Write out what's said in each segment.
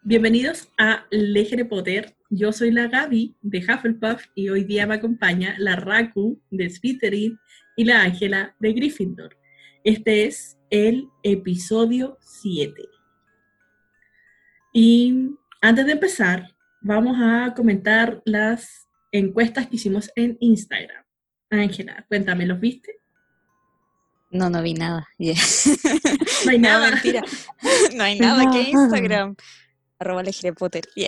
Bienvenidos a Legere Potter. Yo soy la Gaby de Hufflepuff y hoy día me acompaña la Raku de Slytherin y la Ángela de Gryffindor. Este es el episodio 7. Y antes de empezar, vamos a comentar las encuestas que hicimos en Instagram. Ángela, cuéntame, ¿los viste? No vi nada. Yeah. No hay No, nada. mentira. No hay nada que Instagram. @legirepotter. Yeah.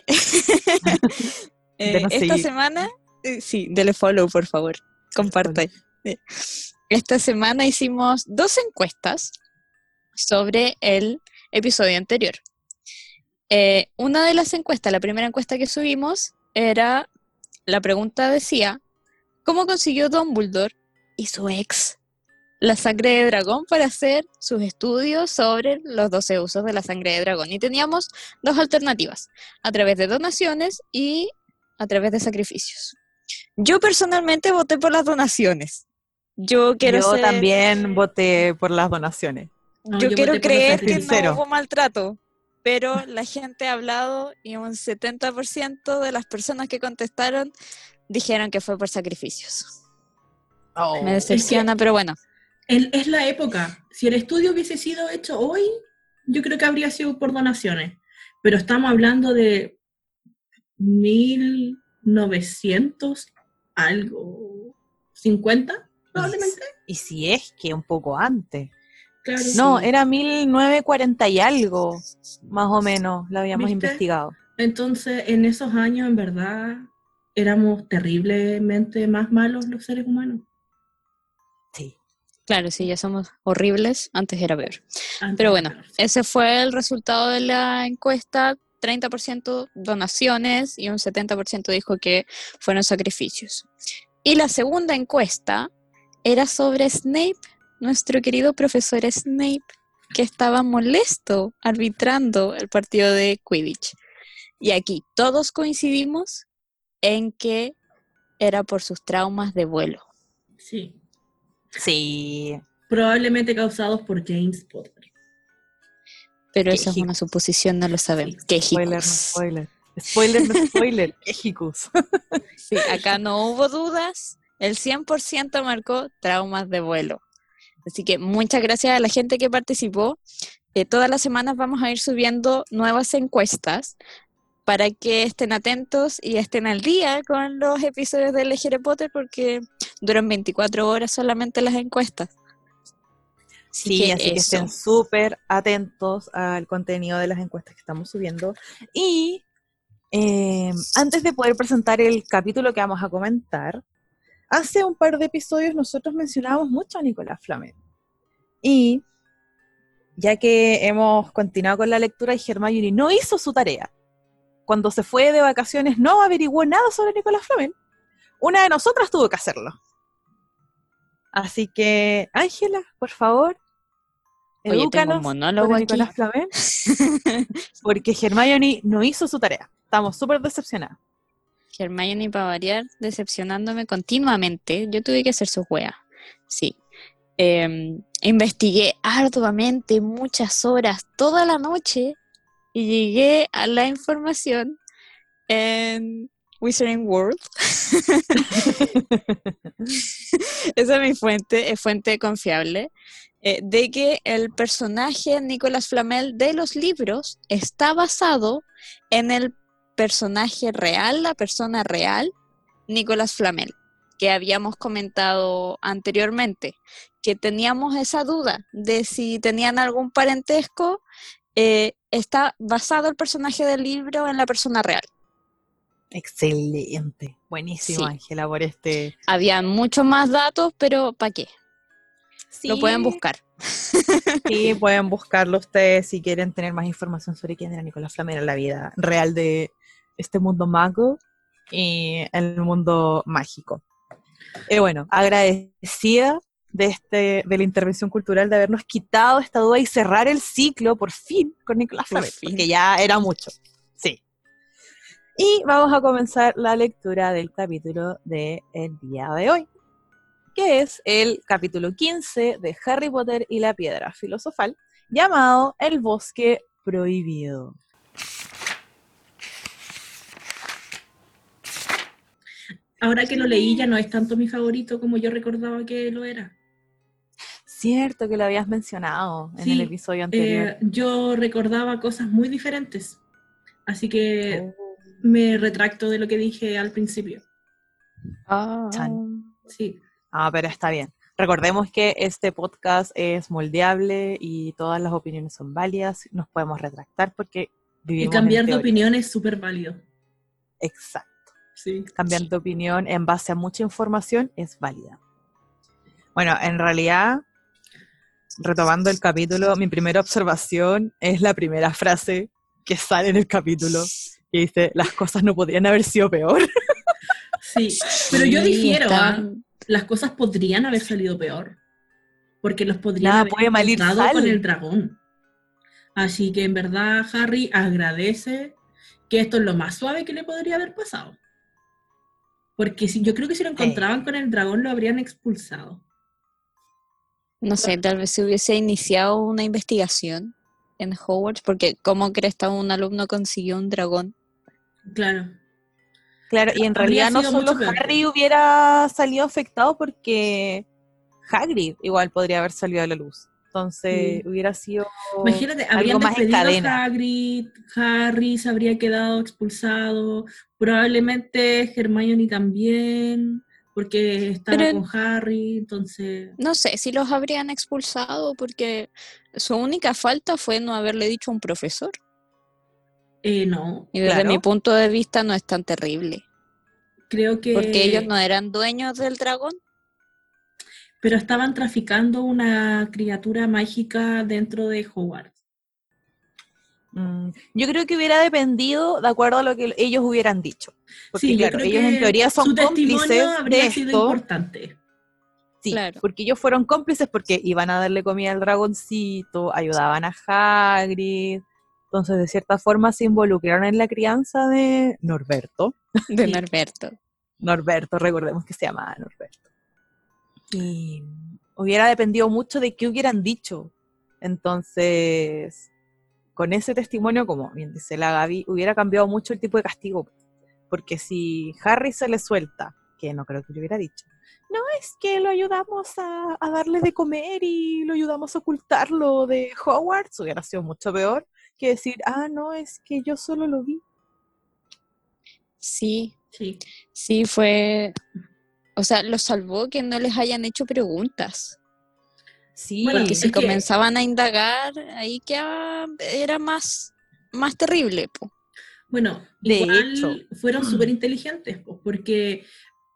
Denos Esta seguir. semana, sí, dele follow, por favor. Comparte. Esta semana hicimos 2 encuestas sobre el episodio anterior. Una de las encuestas, la primera encuesta que subimos, era, la pregunta decía, ¿cómo consiguió Dumbledore y su ex la sangre de dragón para hacer sus estudios sobre los 12 usos de la sangre de dragón? Y teníamos 2 alternativas, a través de donaciones y a través de sacrificios. Yo personalmente voté por las donaciones. Yo También voté por las donaciones. No, yo yo quiero voté por los creer que no sacrificios. hubo maltrato, pero la gente ha hablado y un 70% de las personas que contestaron dijeron que fue por sacrificios. Me decepciona, pero bueno. Es la época. Si el estudio hubiese sido hecho hoy, yo creo que habría sido por donaciones. Pero estamos hablando de 1900 algo, 50 probablemente. Y si es que un poco antes. Claro. No, Sí. era 1940 y algo, más o menos, lo habíamos ¿Viste? investigado. Entonces, en esos años, en verdad, éramos terriblemente más malos los seres humanos. Sí. Claro, sí, ya somos horribles, antes era peor. Antes Pero era bueno, peor, sí. ese fue el resultado de la encuesta, 30% donaciones y un 70% dijo que fueron sacrificios. Y la segunda encuesta era sobre Snape, nuestro querido profesor Snape, que estaba molesto arbitrando el partido de Quidditch. Y aquí todos coincidimos en que era por sus traumas de vuelo. Sí. Sí. Probablemente causados por James Potter. Pero Qué esa es una hijos. suposición, no lo sabemos. Sí. ¡Qué Spoiler, no hijos! spoiler. Spoiler, no spoiler. Qué hijos. Sí, acá no hubo dudas. El 100% marcó traumas de vuelo. Así que muchas gracias a la gente que participó. Todas las semanas vamos a ir subiendo nuevas encuestas para que estén atentos y estén al día con los episodios de Legere Potter, porque duran 24 horas solamente las encuestas. Sí, así que estén súper atentos al contenido de las encuestas que estamos subiendo. Y antes de poder presentar el capítulo que vamos a comentar, hace un par de episodios nosotros mencionábamos mucho a Nicolás Flamel. Y ya que hemos continuado con la lectura y Hermione no hizo su tarea, cuando se fue de vacaciones no averiguó nada sobre Nicolás Flamel, una de nosotras tuvo que hacerlo. Así que, Ángela, por favor, Oye, tengo un edúcanos monólogo sobre aquí. Nicolás Flamel, porque Hermione no hizo su tarea. Estamos súper decepcionados. Hermione, para variar, decepcionándome continuamente. Yo tuve que hacer su wea. Sí. Investigué arduamente, muchas horas, toda la noche, y llegué a la información en Wizarding World. Esa es mi fuente, es fuente confiable, de que el personaje Nicolas Flamel de los libros está basado en el personaje real, la persona real, Nicolas Flamel, que habíamos comentado anteriormente, que teníamos esa duda de si tenían algún parentesco. Está basado el personaje del libro en la persona real. Excelente. Buenísimo, Sí. Ángela, por este... Había muchos más datos, pero ¿para qué? Sí. Lo pueden buscar. Sí, pueden buscarlo ustedes si quieren tener más información sobre quién era Nicolás Flamel en la vida real de este mundo mago y el mundo mágico. Y bueno, agradecida de la intervención cultural, de habernos quitado esta duda y cerrar el ciclo por fin con Nicolás Flamel, porque ya era mucho. Sí. Y vamos a comenzar la lectura del capítulo del día de hoy, que es el capítulo 15 de Harry Potter y la Piedra Filosofal, llamado El Bosque Prohibido. ahora que lo leí ya no es tanto mi favorito como yo recordaba que lo era. Cierto que lo habías mencionado en el Sí, episodio anterior. yo recordaba cosas muy diferentes, así que Oh, me retracto de lo que dije al principio. chan. Sí, Pero está bien. Recordemos que este podcast es moldeable y todas las opiniones son válidas. Nos podemos retractar porque y vivimos en cambiar de teoría. opinión es súper válido. Exacto. Sí. Cambiar de opinión en base a mucha información es válida. Bueno, en realidad, retomando el capítulo, mi primera observación es la primera frase que sale en el capítulo, que dice, las cosas no podrían haber sido peor. Sí, pero yo difiero, estaban... las cosas podrían haber salido peor, porque los podrían Nada haber puede mal ir encontrado con el sal. dragón. Así que en verdad Harry agradece que esto es lo más suave que le podría haber pasado. Porque yo creo que si lo encontraban con el dragón lo habrían expulsado. No sé, tal vez se hubiese iniciado una investigación en Hogwarts, porque ¿cómo crees que un alumno consiguió un dragón? Claro. Claro, y en Habría realidad no sido solo mucho peor. Harry hubiera salido afectado porque Hagrid igual podría haber salido a la luz. Entonces Sí. hubiera sido Imagínate, habrían algo más en despedido cadena. a Hagrid, Harry se habría quedado expulsado, probablemente Hermione también, porque estaba Pero con Harry, entonces, no sé si los habrían expulsado porque su única falta fue no haberle dicho a un profesor. no, Y desde mi Claro. punto de vista no es tan terrible, creo porque ellos que, no eran dueños del dragón. pero estaban traficando una criatura mágica dentro de Hogwarts. Yo creo que hubiera dependido de acuerdo a lo que ellos hubieran dicho. Porque Sí, yo claro, creo ellos en que teoría son su testimonio cómplices de habría sido esto. importante. Sí, Claro. porque ellos fueron cómplices porque iban a darle comida al dragoncito, ayudaban a Hagrid. Entonces, de cierta forma, se involucraron en la crianza de Norberto. De Sí, Norberto. Norberto, recordemos que se llamaba Norberto. Y hubiera dependido mucho de qué hubieran dicho. Entonces, con ese testimonio, como bien dice la Gaby, hubiera cambiado mucho el tipo de castigo. Porque si Harry se le suelta, que no creo que le hubiera dicho, no es que lo ayudamos a darle de comer y lo ayudamos a ocultarlo de Hogwarts, hubiera sido mucho peor que decir, no, es que yo solo lo vi. Sí, sí. sí fue... O sea, los salvó que no les hayan hecho preguntas. Sí, Bueno, Porque si es que, comenzaban a indagar, ahí era más terrible, po. bueno, de hecho. igual fueron súper inteligentes, pues, porque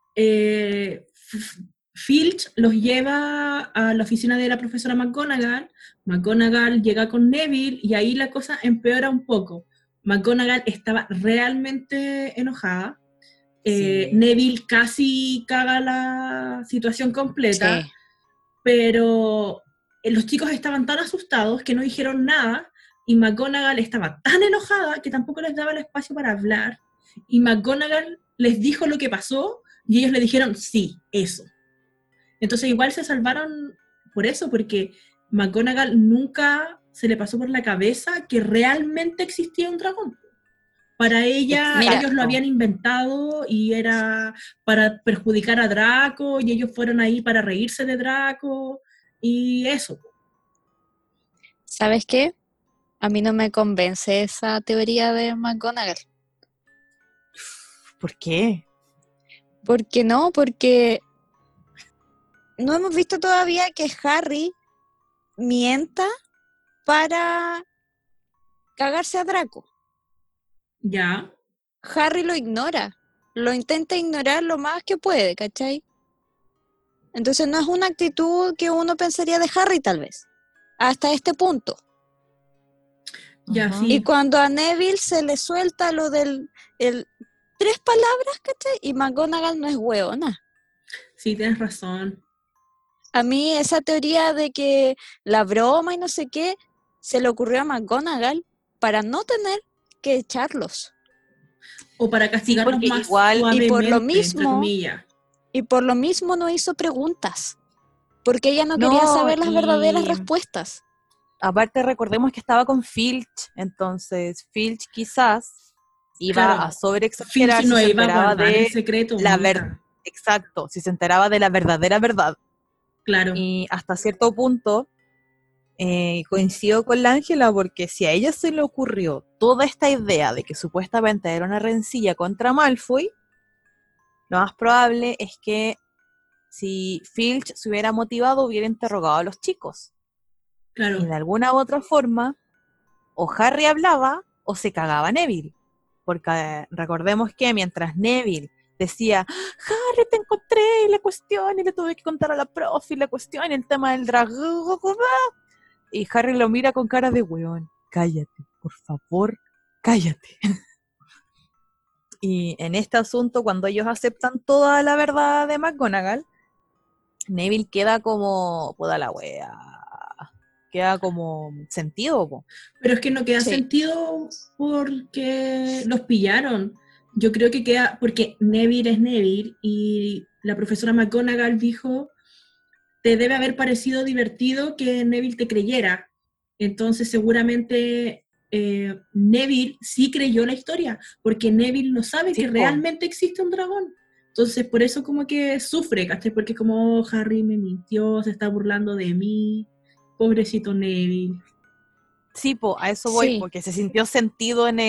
Filch los lleva a la oficina de la profesora McGonagall, McGonagall llega con Neville y ahí la cosa empeora un poco. McGonagall estaba realmente enojada, Sí. Neville casi caga la situación completa, Sí. pero los chicos estaban tan asustados que no dijeron nada y McGonagall estaba tan enojada que tampoco les daba el espacio para hablar y McGonagall les dijo lo que pasó y ellos le dijeron sí, eso. Entonces igual se salvaron por eso, porque McGonagall nunca se le pasó por la cabeza que realmente existía un dragón. Para ella, Mira, ellos lo Exacto. habían inventado y era para perjudicar a Draco y ellos fueron ahí para reírse de Draco y eso. ¿sabes qué? A mí no me convence esa teoría de McGonagall. ¿Por qué? ¿Por qué no? Porque no hemos visto todavía que Harry mienta para cagarse a Draco. Ya, Harry lo ignora, lo intenta ignorar lo más que puede, ¿cachai? Entonces no es una actitud que uno pensaría de Harry tal vez, hasta este punto. ya, Ujú. Y sí, cuando a Neville se le suelta lo del el, 3 palabras, ¿cachai? Y McGonagall no es hueona. sí, tienes razón. A mí esa teoría de que la broma y no sé qué se le ocurrió a McGonagall para no tener que echarlos. O para Sí, castigarlos porque más igual, Y por lo suavemente, entre mismo, comillas. no hizo preguntas, porque ella no quería no, saber las verdaderas y respuestas. aparte recordemos que estaba con Filch, entonces Filch quizás iba Claro, a sobreexagerar Filch si no se iba a enteraba guardar de el secreto, la nunca. Exacto, si se enteraba de la verdadera verdad. Claro, Y hasta cierto punto coincido con la Ángela, porque si a ella se le ocurrió toda esta idea de que supuestamente era una rencilla contra Malfoy, lo más probable es que si Filch se hubiera motivado, hubiera interrogado a los chicos. Y claro. de alguna u otra forma, o Harry hablaba o se cagaba Neville. Porque recordemos que mientras Neville decía, Harry, te encontré y la cuestión, y le tuve que contar a la profe y la cuestión, y el tema del dragón, y Harry lo mira con cara de weón, cállate, por favor, cállate. Y en este asunto, cuando ellos aceptan toda la verdad de McGonagall, Neville queda como, puta la wea, queda como sentido, po. Pero es que no queda Sí. sentido porque los pillaron. Yo creo que queda porque Neville es Neville y la profesora McGonagall dijo, te debe haber parecido divertido que Neville te creyera. Entonces seguramente Neville sí creyó la historia, porque Neville no sabe Sí, que po. realmente existe un dragón. Entonces por eso como que sufre, ¿cachai? Porque como, oh, Harry me mintió, se está burlando de mí, pobrecito Neville. Sí, po, a eso voy, Sí, porque se sintió sentido en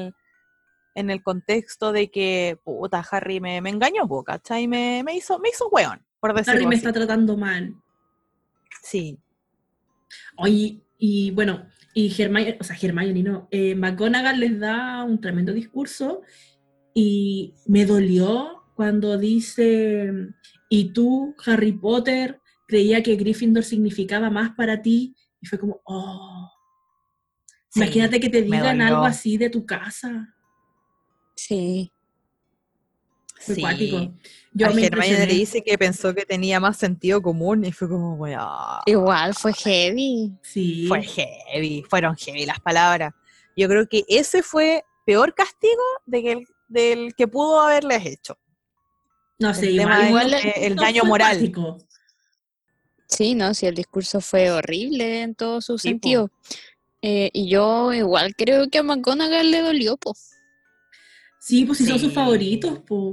el contexto de que, puta, Harry me engañó, po, ¿cachai? Me hizo weón, por Harry decirlo me así. está tratando mal. Sí, Oye, y bueno, y Hermione, o sea, Hermione no, McGonagall les da un tremendo discurso y me dolió cuando dice, y tú, Harry Potter, creía que Gryffindor significaba más para ti, y fue como, oh, sí, imagínate que te me digan algo dolió. así de tu casa, sí. fue Sí. cuático. A Yo me Hermione le impresioné, dice que pensó que tenía más sentido común y fue como, weón, Igual fue heavy. fue sí, heavy, fueron heavy las palabras. Yo creo que ese fue peor castigo del que pudo haberles hecho. no sé, El tema de Igual, el daño fue moral. cuático. sí, ¿no? Sí, el discurso fue horrible en todo su Sí, po. sentido. Y yo igual creo que a McGonagall le dolió, po. Sí, pues si son sus Sí. favoritos, pues.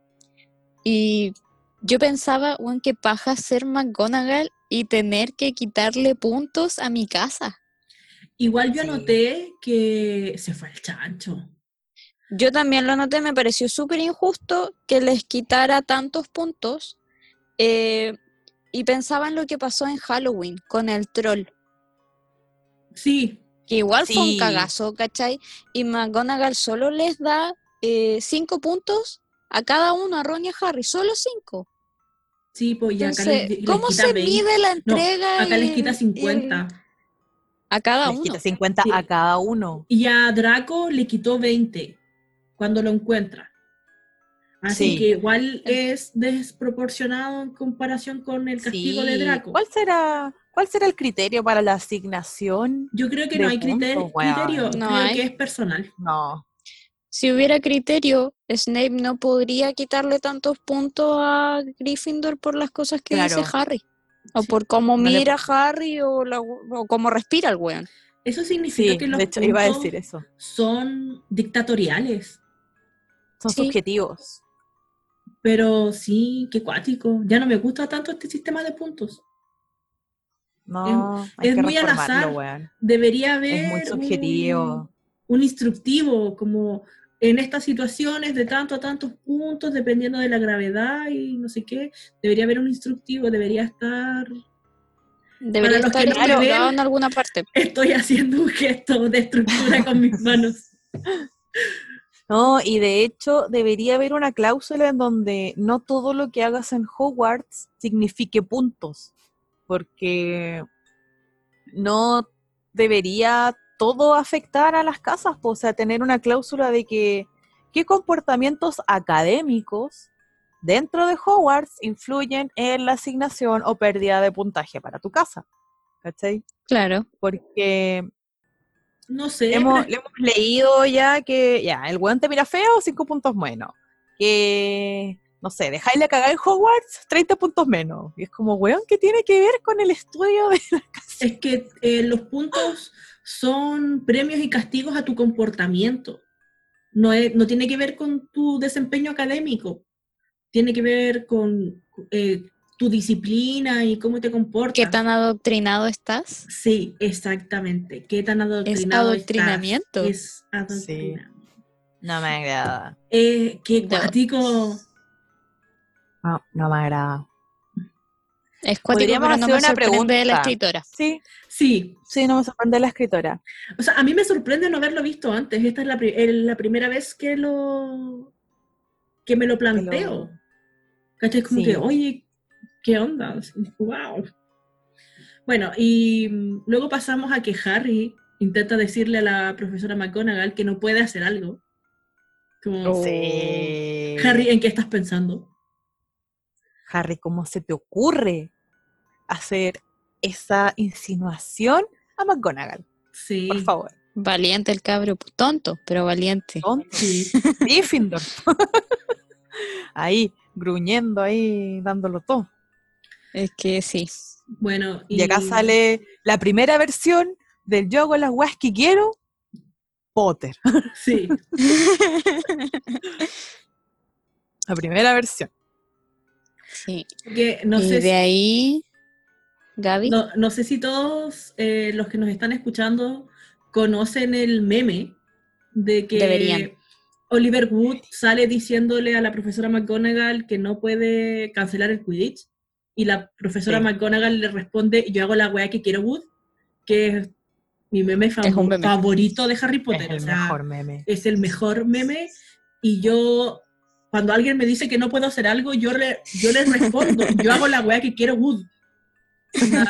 Y yo pensaba, bueno, qué paja ser McGonagall y tener que quitarle puntos a mi casa. Igual yo Sí. anoté que se fue el chancho. Yo también lo noté, me pareció súper injusto que les quitara tantos puntos. Y pensaba en lo que pasó en Halloween con el troll, Sí, que igual fue un Sí. cagazo, ¿cachai? Y McGonagall solo les da 5 puntos a cada uno, a Ron y a Harry, solo 5. sí, pues y acá Entonces, les ¿cómo quita se 20. mide la No, entrega acá les quita 50. a cada Les quita uno? 50 a Sí. cada uno. Y a Draco le quitó 20 cuando lo encuentra. Así que Sí. igual es desproporcionado en comparación con el castigo de Sí. Draco. ¿Cuál será el criterio para la asignación Yo creo que no de hay puntos, criterio, weón? No creo que hay. es personal. No. Si hubiera criterio, Snape no podría quitarle tantos puntos a Gryffindor por las cosas que dice Claro. Harry. O Sí. por cómo No le mira Harry o cómo respira el weón. Eso significa Sí, que de los hecho iba a puntos decir eso. son dictatoriales. Son Sí, subjetivos. Pero sí, qué cuático. Ya no me gusta tanto este sistema de puntos. Es, No, hay es que muy al reformarlo, azar. weón. Debería Es muy haber subjetivo. un instructivo, como en estas situaciones de tanto a tantos puntos, dependiendo de la gravedad y no sé qué. Debería haber un instructivo, debería estar... Para debería los que estar no me Claro, estipulado ven, en alguna parte. estoy haciendo un gesto de estructura con mis manos. no, y de hecho debería haber una cláusula en donde no todo lo que hagas en Hogwarts signifique puntos, porque no debería todo afectar a las casas, o sea, tener una cláusula de que qué comportamientos académicos dentro de Hogwarts influyen en la asignación o pérdida de puntaje para tu casa, ¿cachai? Claro. No Porque sé, pero le hemos leído ya que ya, el weón te mira feo, 5 puntos menos. Que, no sé, dejáis la cagada en Hogwarts, 30 puntos menos. Y es como, weón, ¿qué tiene que ver con el estudio de la casa? es que los puntos son premios y castigos a tu comportamiento. no tiene que ver con tu desempeño académico, tiene que ver con tu disciplina y cómo te comportas. ¿Qué tan adoctrinado estás? Sí, exactamente. ¿Qué tan Es adoctrinado adoctrinamiento. estás? Es adoctrinamiento. No me agrada. Qué cuático. No me agrada. Es cuático, Podríamos pero no hacer me una sorprende de la pregunta. escritora. Sí. Sí, no me sorprende la escritora. O sea, a mí me sorprende no haberlo visto antes. Esta es la primera vez que me lo planteo. ¿Cachai? Como que, oye, ¿qué onda? ¡Wow! Bueno, y luego pasamos a que Harry intenta decirle a la profesora McGonagall que no puede hacer algo. Como, Sí. Harry, ¿en qué estás pensando? Harry, ¿cómo se te ocurre hacer esa insinuación a McGonagall? Sí. Por favor. Valiente el cabro, tonto, pero valiente. Sí. Gryffindor. Ahí, gruñendo, ahí, dándolo todo. Es que sí. Bueno, y acá sale la primera versión del yo hago las weas que quiero, Potter. Sí. La primera versión. Sí. Que no y sé de ahí, Gaby. no sé si todos los que nos están escuchando conocen el meme de que Deberían. Oliver Wood sale diciéndole a la profesora McGonagall que no puede cancelar el Quidditch y la profesora McGonagall le responde, yo hago la wea que quiero, Wood, que es mi meme, Es un meme. favorito de Harry Potter. Es el mejor meme. Es el mejor meme y yo, cuando alguien me dice que no puedo hacer algo, yo le respondo, yo hago la wea que quiero, Wood. O sea,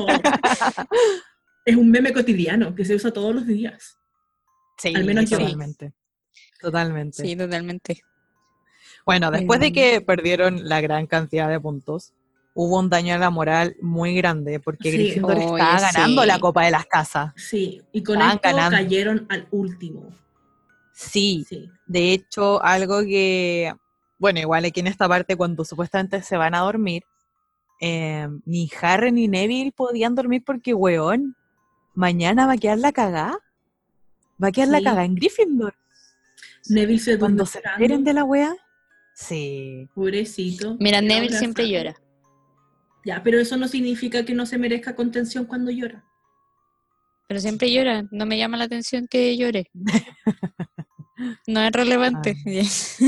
es un meme cotidiano que se usa todos los días. Sí, al menos totalmente. Totalmente. Sí, totalmente. Bueno, después de que perdieron la gran cantidad de puntos, hubo un daño a la moral muy grande porque Gryffindor estaba ganando la Copa de las Casas. Sí, y con esto cayeron al último. Sí, de hecho, algo que, bueno, igual aquí en esta parte cuando supuestamente se van a dormir, ni Harry ni Neville podían dormir porque, weón, mañana va a quedar la cagá. Va a quedar la cagá en Gryffindor. Neville se cuando se enteren de la wea. Sí. Pobrecito. Mira, Neville siempre llora. Ya, pero eso no significa que no se merezca contención cuando llora. Pero siempre llora. No me llama la atención que llore. No es relevante. Es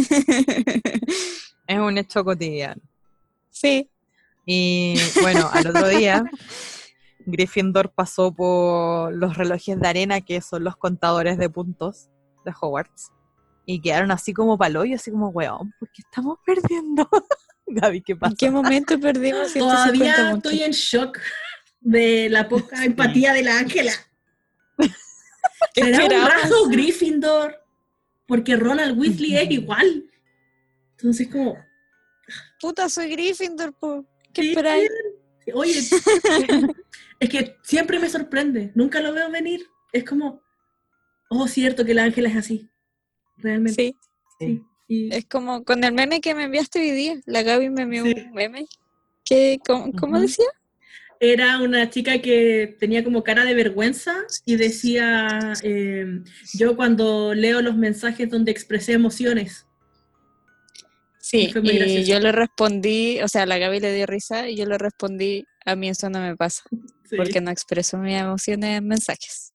un hecho cotidiano. Sí. Y bueno, al otro día, Gryffindor pasó por los relojes de arena, que son los contadores de puntos de Hogwarts. Y quedaron así como paloyo, así como, weón, ¿por qué estamos perdiendo? Gaby, ¿qué pasa? ¿En qué momento perdimos 150 Todavía puntos? estoy en shock de la poca empatía de la Ángela. ¿Será un raso Gryffindor? Porque Ronald Weasley es igual. Entonces como... Puta, soy Gryffindor, po. ¿Qué esperáis? Oye, es que siempre me sorprende. Nunca lo veo venir. Es como... Oh, cierto que la Ángela es así. Realmente. Sí. Es como con el meme que me enviaste hoy día. La Gaby me envió un meme. ¿Cómo decía? Era una chica que tenía como cara de vergüenza y decía, yo cuando leo los mensajes donde expresé emociones. Sí, y yo le respondí, o sea, la Gaby le dio risa y yo le respondí, a mí eso no me pasa, porque no expreso mis emociones en mensajes.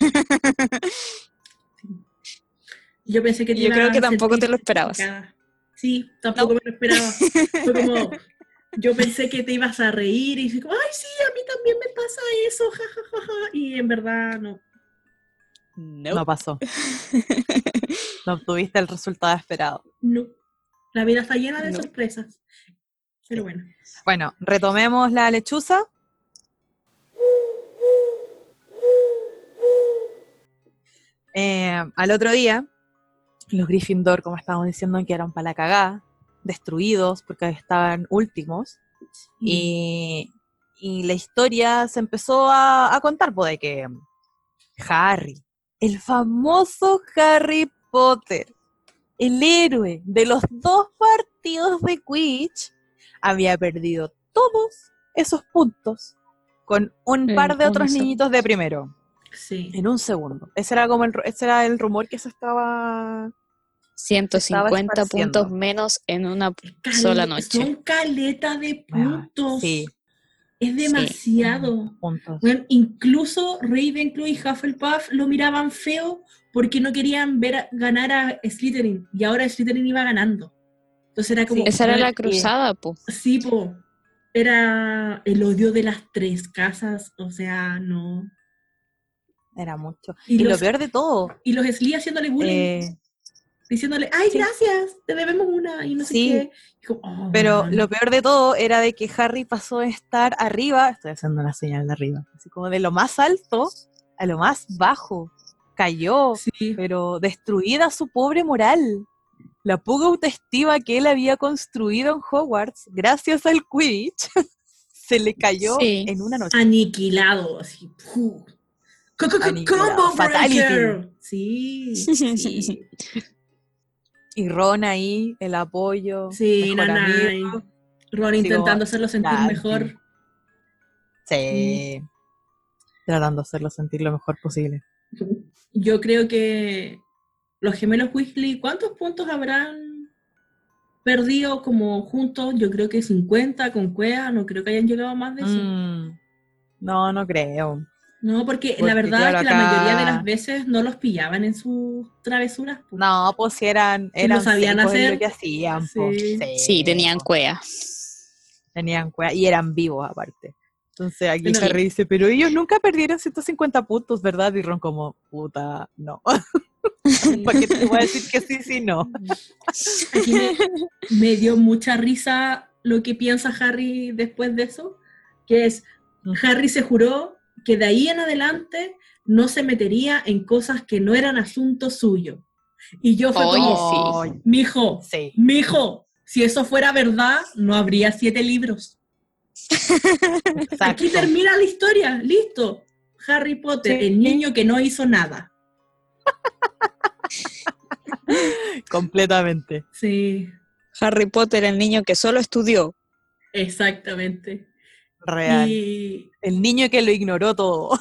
Yo pensé que yo creo que tampoco te lo esperabas. Sí, tampoco me lo esperaba. Fue como, yo pensé que te ibas a reír y dije, ay, sí, a mí también me pasa eso, jajajaja. Y en verdad no. No pasó. No obtuviste el resultado esperado. No. La vida está llena de sorpresas. Pero bueno. Bueno, retomemos la lechuza. Al otro día, los Gryffindor, como estábamos diciendo, quedaron para la cagada, destruidos porque estaban últimos. Y la historia se empezó a contar, pues, de que Harry, el famoso Harry Potter, el héroe de los 2 partidos de Quidditch, había perdido todos esos puntos con un par de otros niñitos de primero. Sí. En un segundo. Ese era el rumor que se estaba 150 puntos menos en una sola noche. Son caletas de puntos. Sí. Es demasiado. Puntos. Bueno, incluso Ravenclaw y Hufflepuff lo miraban feo porque no querían ver ganar a Slytherin. Y ahora Slytherin iba ganando. Entonces era como... Esa era la cruzada, po. Sí, po. Era el odio de las tres casas. O sea, no... Era mucho. Y lo peor de todo. Y los Sly haciéndole bullying. Diciéndole, ay, sí, gracias, te debemos una, y no sé qué. Como, oh, pero man. Lo peor de todo era de que Harry pasó de estar arriba, estoy haciendo una señal de arriba, así como de lo más alto a lo más bajo. Cayó, pero destruida su pobre moral. La poca autoestima que él había construido en Hogwarts, gracias al Quidditch, se le cayó en una noche. Aniquilado, así. Aniquilado. Fatality. Sí. Y Ron ahí, el apoyo. Sí, amigo. Ron intentando hacerlo sentir mejor. Sí. Tratando de hacerlo sentir lo mejor posible. Yo creo que los gemelos Weasley, ¿cuántos puntos habrán perdido como juntos? Yo creo que 50 con Cueva, no creo que hayan llegado a más de eso. No creo. No, porque la verdad es que la mayoría de las veces no los pillaban en sus travesuras. Pues. No, pues si eran lo sabían hacer. Lo que hacían. Sí, tenían cuea. Tenían cuea y eran vivos aparte. Entonces aquí Harry dice, pero ellos nunca perdieron 150 puntos, ¿verdad? Y Ron como, puta, no. ¿Para qué te voy a decir que sí, no? Aquí me dio mucha risa lo que piensa Harry después de eso, que es, Harry se juró que de ahí en adelante no se metería en cosas que no eran asunto suyo. Y yo fue como, mijo, si eso fuera verdad, no habría 7 libros. Exacto. Aquí termina la historia, listo. Harry Potter, el niño que no hizo nada. Completamente. Sí. Harry Potter, el niño que solo estudió. Exactamente. Real. El niño que lo ignoró todo.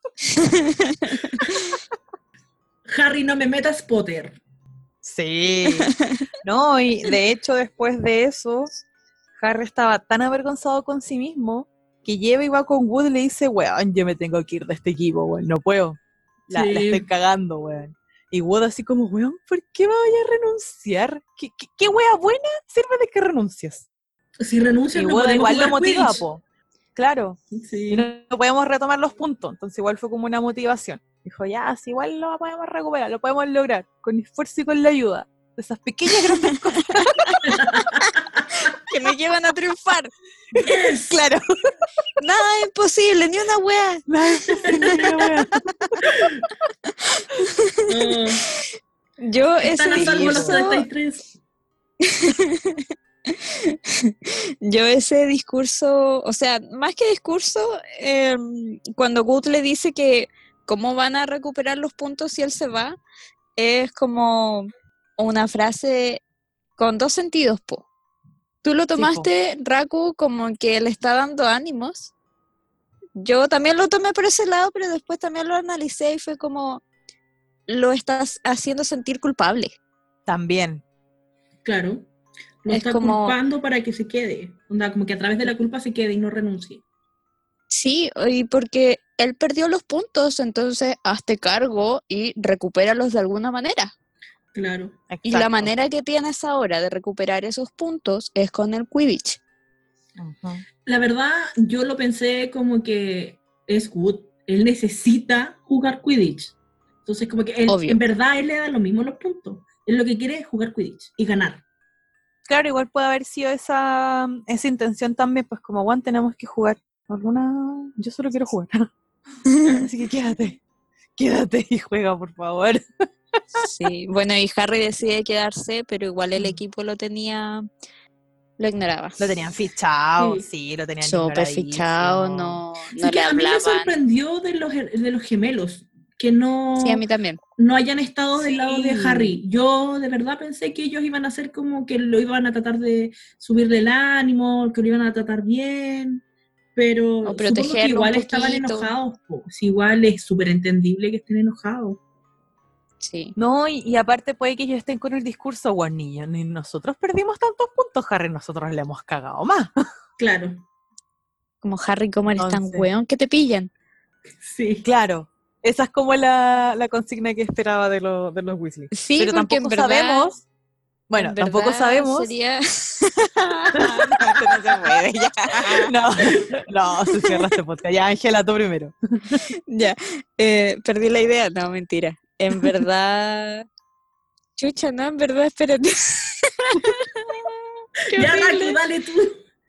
Harry, no me metas, Potter. Sí. No, y de hecho después de eso, Harry estaba tan avergonzado con sí mismo que lleva y va con Wood y le dice, weón, yo me tengo que ir de este equipo, weón, no puedo. La estoy cagando, weón. Y Wood así como, weón, ¿por qué me voy a renunciar? ¿Qué wea buena sirve de que renuncies? Si renuncias, y no Wood igual lo motiva, Quidditch. po. Claro. Sí. Y no podemos retomar los puntos, entonces igual fue como una motivación. Dijo, ya, si igual lo podemos recuperar, lo podemos lograr, con esfuerzo y con la ayuda de esas pequeñas grandes cosas que me llevan a triunfar. Yes. Claro. Nada es imposible, ni una wea. Nada es imposible, ni una wea. Yo ese Yo ese discurso, o sea, más que discurso, cuando Wood le dice que cómo van a recuperar los puntos si él se va, es como una frase con dos sentidos, po. Tú lo tomaste, sí, Raku, como que le está dando ánimos. Yo también lo tomé por ese lado, pero después también lo analicé y fue como, lo estás haciendo sentir culpable. También. Claro. Lo está culpando para que se quede. Onda, como que a través de la culpa se quede y no renuncie. Sí, y porque él perdió los puntos, entonces hazte cargo y recupéralos de alguna manera. Claro. Exacto. Y la manera que tienes ahora de recuperar esos puntos es con el Quidditch. Uh-huh. La verdad, yo lo pensé como que es Wood. Él necesita jugar Quidditch. Entonces, como que él, en verdad, él le da lo mismo los puntos. Él lo que quiere es jugar Quidditch y ganar. Claro, igual puede haber sido esa intención también, pues como, Juan, tenemos que jugar. Yo solo quiero jugar. Así que quédate y juega, por favor. Sí, bueno, y Harry decide quedarse, pero igual el equipo lo ignoraba. Lo tenían fichado, sí, lo tenían súper fichado, no sí, le que hablaban. A mí me sorprendió de los gemelos, que no, sí, a mí también, no hayan estado del lado de Harry. Yo de verdad pensé que ellos iban a hacer como que lo iban a tratar de subirle el ánimo, que lo iban a tratar bien, pero supongo que igual estaban enojados. Pues igual es súper entendible que estén enojados. Sí. No, y aparte puede que ellos estén con el discurso, bueno, niños, ni nosotros perdimos tantos puntos, Harry, nosotros le hemos cagado más. Claro, Como Harry, ¿cómo eres tan Entonces, weón que te pillan? sí. claro, esa es como la consigna que esperaba de los Weasley. Sí, Pero porque tampoco sabemos, bueno, en tampoco verdad sabemos. sería... No, esto no se puede, ya. No, se cierra este podcast. Ya, Ángela, tú primero. Ya, perdí la idea. No, mentira. En verdad... Chucha, no, en verdad, espérate. Qué Ya, Raku, horrible. dale tú.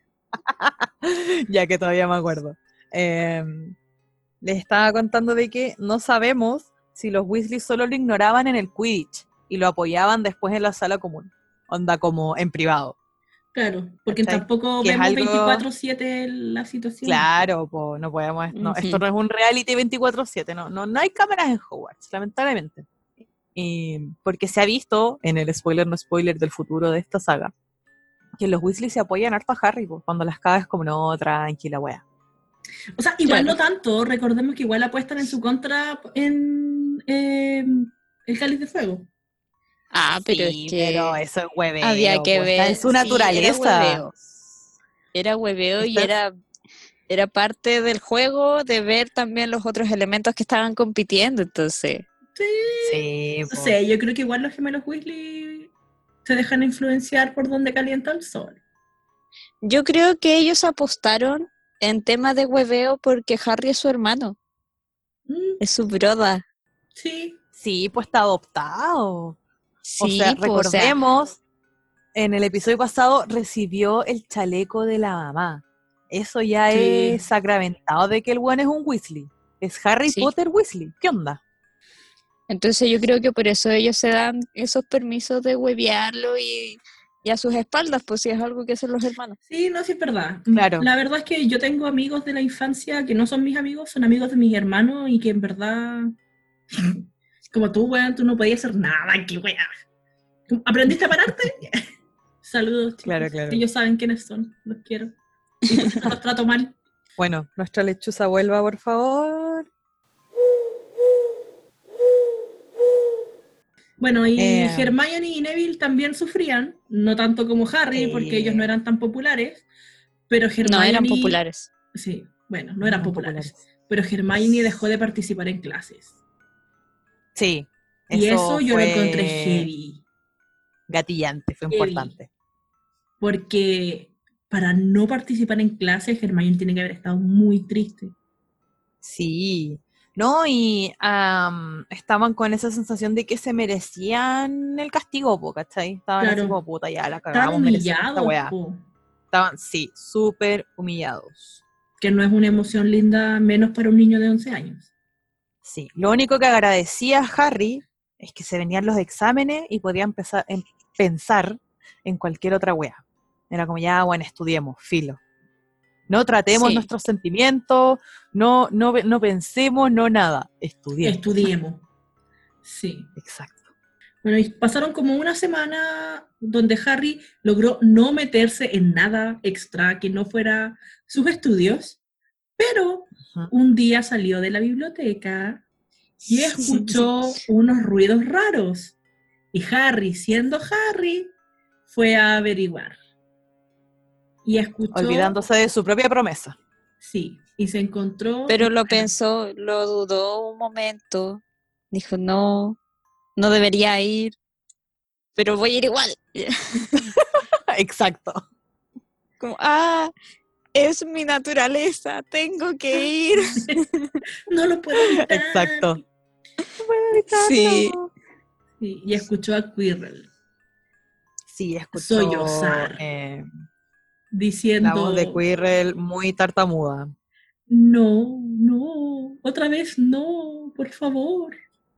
Ya que todavía me acuerdo. Les estaba contando de que no sabemos si los Weasley solo lo ignoraban en el Quidditch y lo apoyaban después en la sala común. Onda como en privado. Claro, porque ¿Cachai? tampoco Que es vemos algo... 24/7 la situación. Claro, pues no podemos... No, esto Ujú. no es un reality 24/7, no hay cámaras en Hogwarts, lamentablemente. Porque se ha visto en el spoiler no spoiler del futuro de esta saga que los Weasley se apoyan harto a Harry, pues, cuando las cagas como no, tranquila, wea. O sea, igual Claro. no tanto, recordemos que igual apuestan en su contra en el Cáliz de Fuego. Ah, pero es Sí, pero que eso es hueveo, había que pues, está en ver. su Sí, era naturaleza. hueveo. Era hueveo y Está en- era parte del juego de ver también los otros elementos que estaban compitiendo, entonces. Sí, Sí, no pues. sé, yo creo que igual los gemelos Weasley se dejan influenciar por donde calienta el sol. Yo creo que ellos apostaron en tema de hueveo porque Harry es su hermano, Mm, es su broda. sí, Sí, pues está adoptado. O sea, Sí, pues, o sea, recordemos, en el episodio pasado recibió el chaleco de la mamá. Eso ya sí. es sacramentado de que el buen es un Weasley. Es Harry sí. Potter Weasley. ¿Qué onda? Entonces yo creo que por eso ellos se dan esos permisos de huevearlo y a sus espaldas, pues si es algo que hacen los hermanos. Sí, no, sí es verdad. Claro. La verdad es que yo tengo amigos de la infancia que no son mis amigos, son amigos de mis hermanos y que en verdad, como tú, weón, tú no podías hacer nada, que weón. ¿Aprendiste a pararte? Saludos, chicos. Claro, claro. Ellos saben quiénes son, los quiero. Y por eso los trato mal. Bueno, nuestra lechuza vuelva, por favor. Bueno, y Hermione y Neville también sufrían, no tanto como Harry, porque ellos no eran tan populares, pero Hermione... No eran populares. Sí, bueno, no eran populares. Pero Hermione dejó de participar en clases. Sí. Y eso yo lo fue encontré heavy. gatillante, fue Heavy. importante. Porque para no participar en clases, Hermione tiene que haber estado muy triste. Sí. No, y estaban con esa sensación de que se merecían el castigo, po, ¿cachai? Estaban Claro. así como, puta, ya la Estaban cagamos, merecemos esta humillados, weá. po, Estaban, sí, súper humillados. que no es una emoción linda, menos para un niño de 11 años. Sí. Lo único que agradecía a Harry es que se venían los exámenes y podía empezar a pensar en cualquier otra wea. Era como, ya, bueno, estudiemos, filo. No tratemos Sí. nuestros sentimientos, no pensemos, no nada. Estudiemos. Estudiemos. Sí. Exacto. Bueno, y pasaron como una semana donde Harry logró no meterse en nada extra que no fuera sus estudios, pero un día salió de la biblioteca y escuchó unos ruidos raros. Y Harry, siendo Harry, fue a averiguar. Y escuchó... Olvidándose de su propia promesa. Sí, y se encontró... Pero lo pensó, lo dudó un momento. Dijo, no debería ir, pero voy a ir igual. Exacto. Como, es mi naturaleza, tengo que ir. No lo puedo evitar. Exacto. No puedo evitarlo. Sí. Sí, y escuchó a Quirrell. Sí, escuchó Sollozar. Diciendo... la voz de Quirrell muy tartamuda. No, otra vez no, por favor.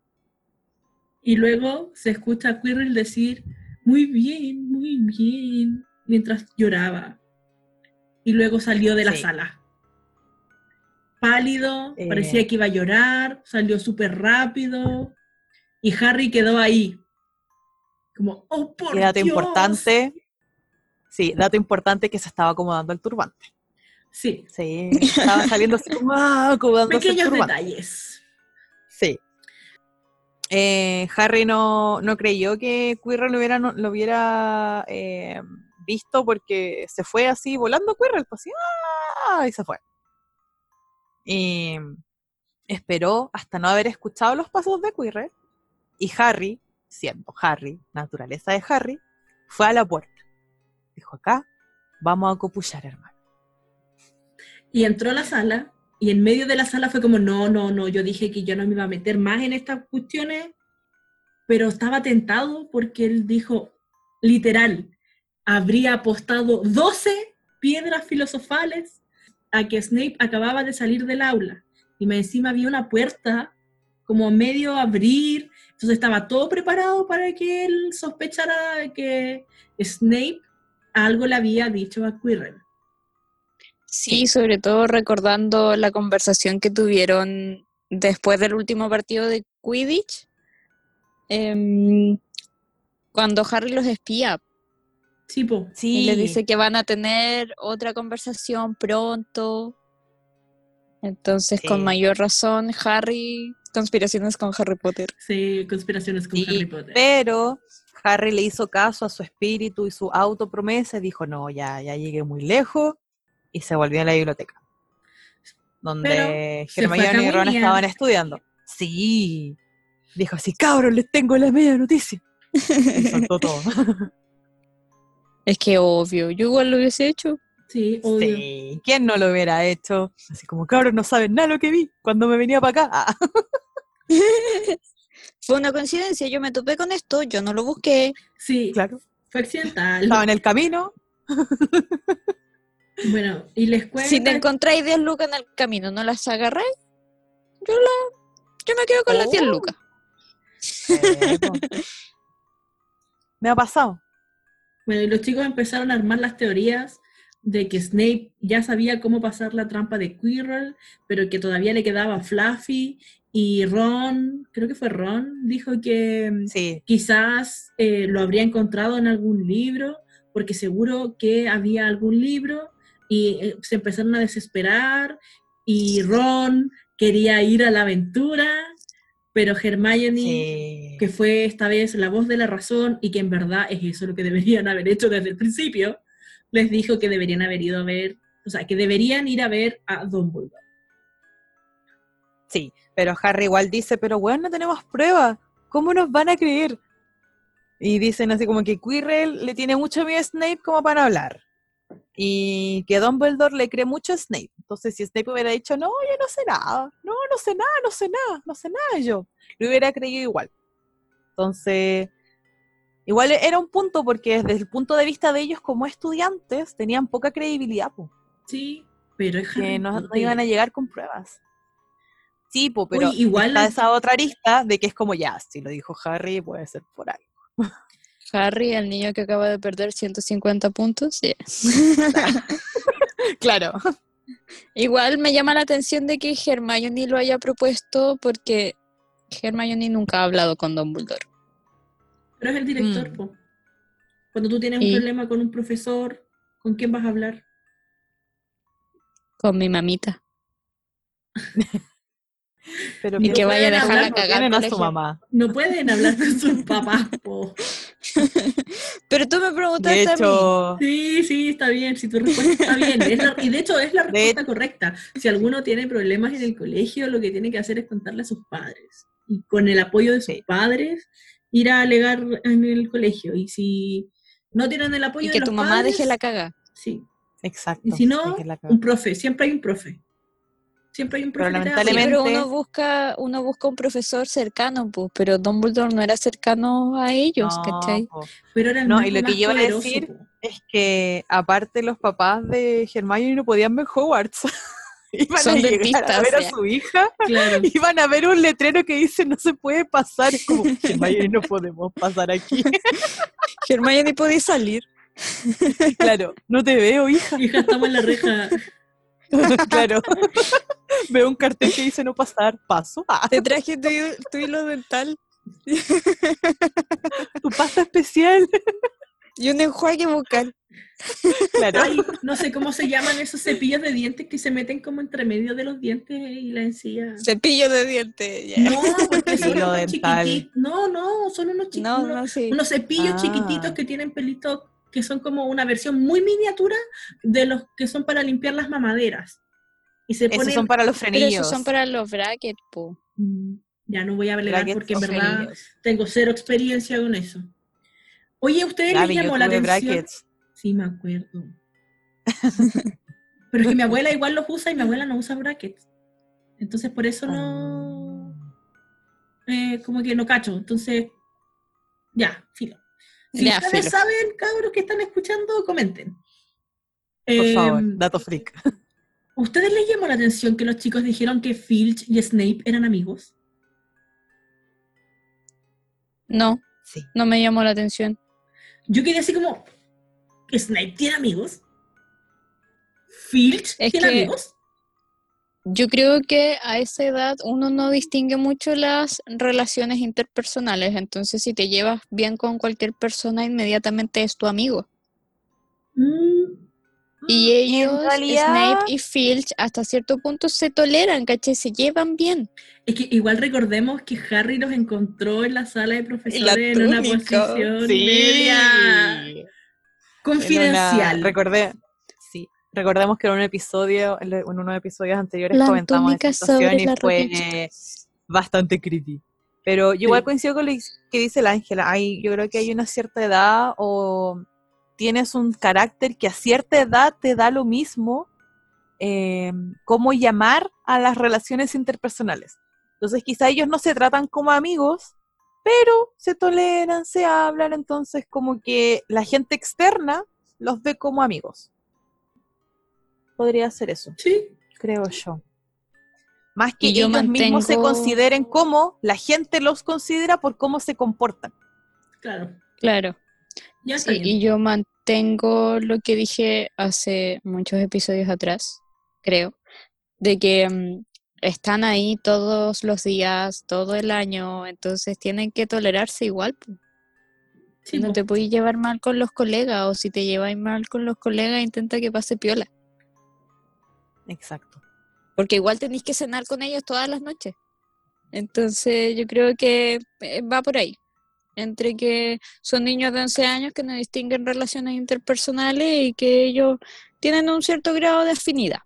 Y luego se escucha a Quirrell decir, muy bien, mientras lloraba. Y luego salió de la sala. Pálido, parecía que iba a llorar, salió súper rápido. Y Harry quedó ahí. Como, ¡oh, por Dios! Dato importante que se estaba acomodando el turbante. Sí. Sí, estaba saliendo así como acomodándose pequeños el turbante. Detalles. Sí. Harry no creyó que Quirrell lo hubiera visto porque se fue así volando Quirrell, pues así, ¡ah! Y se fue. Y esperó hasta no haber escuchado los pasos de Quirrell y Harry, siendo Harry, naturaleza de Harry, fue a la puerta. Dijo, acá vamos a copullar, hermano. Y entró a la sala, y en medio de la sala fue como, no, yo dije que yo no me iba a meter más en estas cuestiones, pero estaba tentado porque él dijo, literal, habría apostado 12 piedras filosofales a que Snape acababa de salir del aula, y más encima había una puerta como medio a abrir, entonces estaba todo preparado para que él sospechara que Snape algo le había dicho a Quirrell. Sí, sobre todo recordando la conversación que tuvieron después del último partido de Quidditch, cuando Harry los espía. Sí, po. Y les dice que van a tener otra conversación pronto. Entonces, con mayor razón, Harry, conspiraciones con Harry Potter. Sí, conspiraciones con Harry Potter. Pero Harry le hizo caso a su espíritu y su autopromesa y dijo, no, ya llegué muy lejos, y se volvió a la biblioteca, donde Hermione y Ron estaban estudiando. Sí, dijo así, cabros, les tengo la media noticia. Y soltó todo. Es que obvio, yo igual lo hubiese hecho. Sí, obvio. Sí, ¿quién no lo hubiera hecho? Así como, cabros, no saben nada lo que vi cuando me venía para acá. Ah. Fue una coincidencia, yo me topé con esto, yo no lo busqué. Sí, claro. Fue accidental. Estaba en el camino. Bueno, y les cuento. Si te encontráis 10 lucas en el camino, ¿no las agarré? Yo me quedo con las 10 lucas. Me ha pasado. Bueno, y los chicos empezaron a armar las teorías de que Snape ya sabía cómo pasar la trampa de Quirrell, pero que todavía le quedaba Fluffy, y Ron, creo que fue Ron, dijo que quizás lo habría encontrado en algún libro, porque seguro que había algún libro, y se empezaron a desesperar, y Ron quería ir a la aventura, pero Hermione, que fue esta vez la voz de la razón y que en verdad es eso lo que deberían haber hecho desde el principio, les dijo que deberían haber ido a ver, o sea, que deberían ir a ver a Dumbledore. Sí, pero Harry igual dice, pero bueno, no tenemos pruebas, ¿cómo nos van a creer? Y dicen así como que Quirrell le tiene mucho miedo a Snape como para hablar. Y que Dumbledore le cree mucho a Snape. Entonces, si Snape hubiera dicho, no, yo no sé nada, no sé nada yo, lo hubiera creído igual. Entonces, igual era un punto, porque desde el punto de vista de ellos como estudiantes, tenían poca credibilidad, po. Sí, pero es que no iban a llegar con pruebas. Sí, po, pero igual está esa otra arista de que es como ya, si lo dijo Harry, puede ser por algo. Harry, el niño que acaba de perder 150 puntos, yeah. Claro. Igual me llama la atención de que Hermione lo haya propuesto, porque Hermione nunca ha hablado con Dumbledore. Pero es el director, po. Cuando tú tienes un problema con un profesor, ¿con quién vas a hablar? Con mi mamita. Pero ni que vaya a dejar la cagada a su mamá. No pueden hablar con sus papás, po. Pero tú me preguntaste a mí. Sí, está bien. Si tu respuesta está bien. Y de hecho es la respuesta correcta. Si alguno tiene problemas en el colegio, lo que tiene que hacer es contarle a sus padres. Y con el apoyo de sus padres, ir a alegar en el colegio. Y si no tienen el apoyo de los padres... Y que tu mamá deje la caga. Sí. Exacto. Y si no, un profe. Siempre hay un profe. Siempre hay un profe. Pero lamentablemente... pero uno busca un profesor cercano, pues, pero Dumbledore no era cercano a ellos, ¿cachai? Pero era y lo que yo iba a decir es que aparte los papás de Hermione no podían ver Hogwarts. Iban a llegar a ver a su hija, iban a ver un letrero que dice no se puede pasar, es como, Hermione, no podemos pasar aquí. Hermione, ¿podés salir? Claro, no te veo, hija. Hija, estamos en la reja. Claro. Veo un cartel que dice no pasar, paso. Te traje tu hilo dental. Tu pasta especial. Y un enjuague bucal. Claro. Ay, no sé cómo se llaman esos cepillos de dientes que se meten como entre medio de los dientes y la encía. Cepillo de dientes. Yeah. No, porque son Hilo unos dental. chiquititos. No, son unos chiquitos. No, sí. Unos cepillos Ah. chiquititos que tienen pelitos que son como una versión muy miniatura de los que son para limpiar las mamaderas. Y se Esos ponen. son para los Pero frenillos. esos son para los brackets, po. Ya no voy a alegar Brackets porque en o verdad frenillos. tengo cero experiencia con eso. Oye, ¿a ustedes Gaby, les yo llamó la tuve atención? brackets. Sí, me acuerdo. Pero es que mi abuela igual los usa y mi abuela no usa brackets. Entonces por eso no. Como que no cacho. Entonces, ya, filo. Si Ya, ustedes filo. saben, cabros que están escuchando, comenten. Por favor, dato freak. ¿Ustedes les llamó la atención que los chicos dijeron que Filch y Snape eran amigos? No, Sí. no me llamó la atención. Yo quería así como, ¿Snape tiene amigos? ¿Filch Es tiene que amigos? yo creo que a esa edad uno no distingue mucho las relaciones interpersonales, entonces si te llevas bien con cualquier persona, inmediatamente es tu amigo. Y En ellos, realidad, Snape y Filch, hasta cierto punto se toleran, ¿cachai? Se llevan bien. Es que igual recordemos que Harry los encontró en la sala de La profesores en una túnica. posición sí. media confidencial. Recordemos que en un episodio, en unos episodios anteriores La comentamos túnica esa situación sobre y la fue rodilla. bastante creepy. Pero yo igual coincido con lo que dice la Ángela. Yo creo que hay una cierta edad o tienes un carácter que a cierta edad te da lo mismo cómo llamar a las relaciones interpersonales. Entonces quizá ellos no se tratan como amigos, pero se toleran, se hablan, entonces como que la gente externa los ve como amigos. Podría ser eso, Sí. creo yo. Más que Y yo ellos mismos se mantengo- consideren como, la gente los considera por cómo se comportan. Claro. Claro. Ya está Sí, bien. y yo mantengo lo que dije hace muchos episodios atrás, creo, de que están ahí todos los días, todo el año, entonces tienen que tolerarse igual, po. Sí, No po. te puedes llevar mal con los colegas, o si te llevas mal con los colegas, intenta que pase piola, Exacto. porque igual tenéis que cenar con ellos todas las noches. Entonces yo creo que va por ahí, entre que son niños de 11 años que no distinguen relaciones interpersonales y que ellos tienen un cierto grado de afinidad.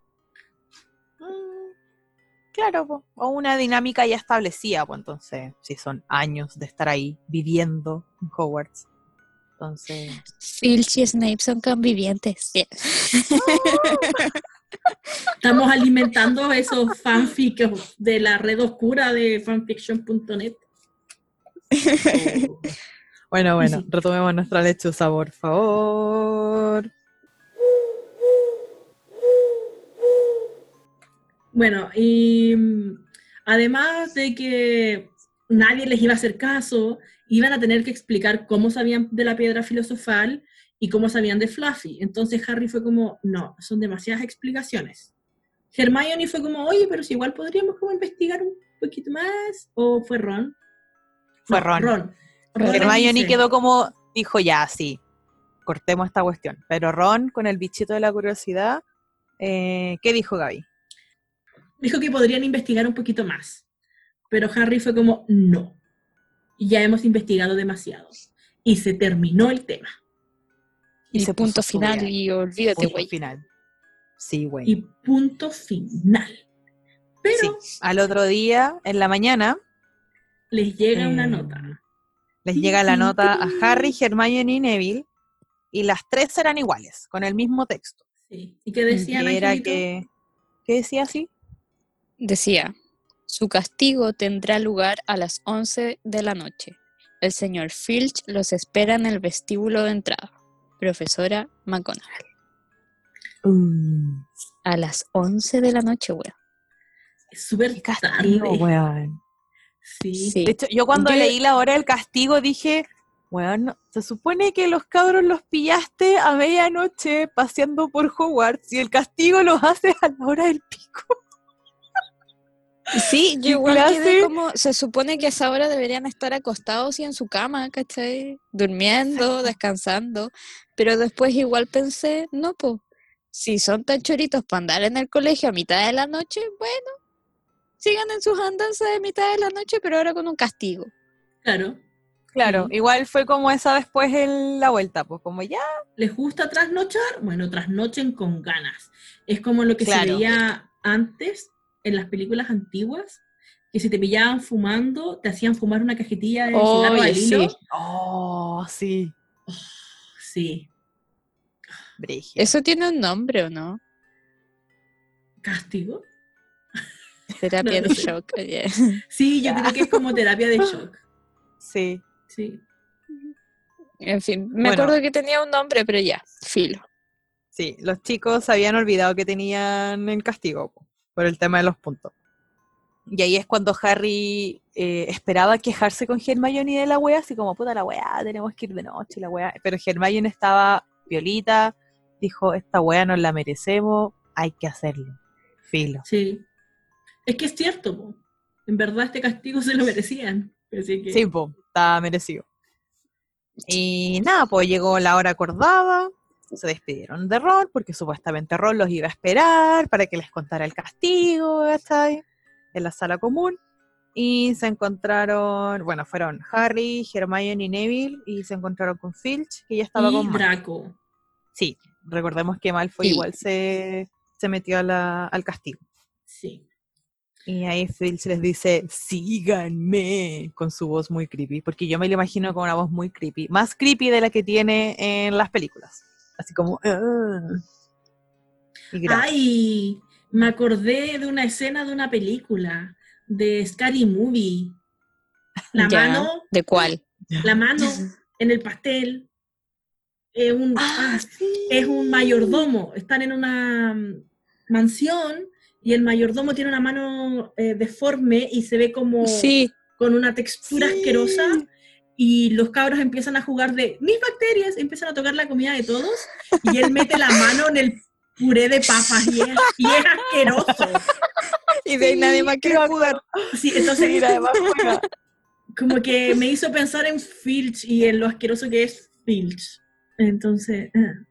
Claro, po. O una dinámica ya establecida, pues entonces, si son años de estar ahí viviendo en Hogwarts. Entonces, Filch y Snape son convivientes. Yeah. Estamos alimentando esos fanfics de la red oscura de fanfiction.net. bueno, Sí. retomemos nuestra lechuza, por favor. Bueno, y además de que nadie les iba a hacer caso, iban a tener que explicar cómo sabían de la piedra filosofal y cómo sabían de Fluffy. Entonces Harry fue como, no, son demasiadas explicaciones. Hermione fue como, oye, pero si igual podríamos como investigar un poquito más. ¿O fue Ron? Fue No, Ron. Ron Hermione dice, quedó como, dijo ya, sí, cortemos esta cuestión. Pero Ron, con el bichito de la curiosidad, ¿qué dijo Gaby? dijo que podrían investigar un poquito más. Pero Harry fue como, no. Ya hemos investigado demasiado. Y se terminó el tema. Y se punto puso final, súper y olvídate, punto güey. final. Sí, güey. Y punto final. Pero sí. Al otro día, en la mañana, les llega una nota. les llega la nota a Harry, Hermione y Neville, y las tres eran iguales, con el mismo texto. Sí. ¿Y qué decían, Que era Angelito? ¿qué decía así? Decía, su castigo tendrá lugar a las 11 de la noche. El señor Filch los espera en el vestíbulo de entrada. Profesora McGonagall. A las 11 de la noche, weón. Es súper Qué castigo, tarde. weón. Sí. De hecho, yo cuando leí la hora del castigo dije, weón, se supone que los cabros los pillaste a medianoche paseando por Hogwarts y el castigo los haces a la hora del pico. Sí, yo ¿Qué igual clase? quedé como, se supone que a esa hora deberían estar acostados y en su cama, ¿cachai? Durmiendo, Exacto. descansando, pero después igual pensé, no, pues, si son tan choritos para andar en el colegio a mitad de la noche, bueno, sigan en sus andanzas de mitad de la noche, pero ahora con un castigo. Claro. Claro, Sí. igual fue como esa después en la vuelta, pues como ya, ¿Les gusta trasnochar? Bueno, trasnochen con ganas. Es como lo que se claro. veía antes en las películas antiguas, que si te pillaban fumando, te hacían fumar una cajetilla de cigarro Oye, al hilo. sí, Oh, sí, Sí, brígido. eso tiene un nombre, ¿o no? castigo. No Terapia lo de sé. shock, oye. Sí, yo creo que es como terapia de shock. Sí, Sí. En fin, me bueno, acuerdo que tenía un nombre, pero ya, filo. sí, los chicos habían olvidado que tenían el castigo po, por el tema de los puntos. Y ahí es cuando Harry esperaba quejarse con Hermione de la wea, así como, puta la wea, tenemos que ir de noche, la wea. Pero Hermione estaba violita, dijo, esta wea nos la merecemos, hay que hacerlo. Filo. Sí. Es que es cierto, po. En verdad este castigo se lo merecían. Así que... Sí, po, estaba merecido. Y nada, pues llegó la hora acordada, se despidieron de Ron, porque supuestamente Ron los iba a esperar para que les contara el castigo, ¿cachai? En la sala común. Y se encontraron, bueno, fueron Harry, Hermione y Neville, y se encontraron con Filch, que ya estaba Y con Malfoy. Draco. Sí, recordemos que Malfoy Sí. igual se metió al castigo. Sí. Y ahí Filch les dice, síganme, con su voz muy creepy, porque yo me lo imagino con una voz muy creepy, más creepy de la que tiene en las películas. Así como... Y grave. Ay, me acordé de una escena de una película, de Scary Movie. La Ya, mano, ¿de cuál? la mano en el pastel. ¡Ah, Es un sí! mayordomo. Están en una mansión y el mayordomo tiene una mano deforme y se ve como Sí, con una textura Sí. asquerosa. Y los cabros empiezan a jugar de mis bacterias, empiezan a tocar la comida de todos y él mete la mano en el puré de papas y es asqueroso. y de ahí nadie más Sí, quiere me jugar. acuerdo. Sí, entonces Sí, además juega. como que me hizo pensar en Filch y en lo asqueroso que es Filch. Entonces,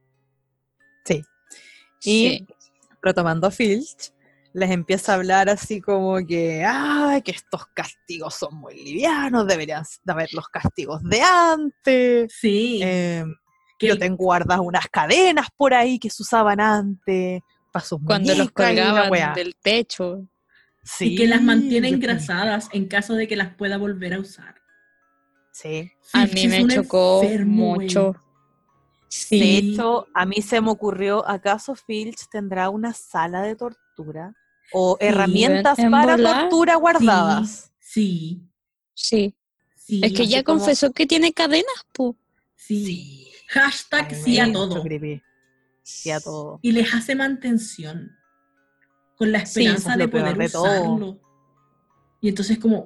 Sí. Sí. Y retomando a Filch, les empieza a hablar así como que, ay, que estos castigos son muy livianos, deberían de haber los castigos de antes. sí. Que Yo el- tengo guardadas unas cadenas por ahí que se usaban antes para sus Cuando los muñecas y la colgaban weá. del techo. y que las mantiene Sí, yo engrasadas en caso de que las pueda volver a usar. sí. A Filch mí es me un chocó enfermo, mucho. güey. De Sí, hecho, a mí se me ocurrió, ¿acaso Filch tendrá una sala de tortura? ¿O Sí, herramientas en para volar, tortura sí, guardadas? sí, sí. Es que sí, Así ya como, confesó que tiene cadenas, po. sí. sí, a Hashtag mí me sí dio a Sí, mucho todo. creepy. Sí, a todo. Y les hace mantención con la sí. Eso es esperanza de lo poder peor de todo. usarlo. Y entonces como,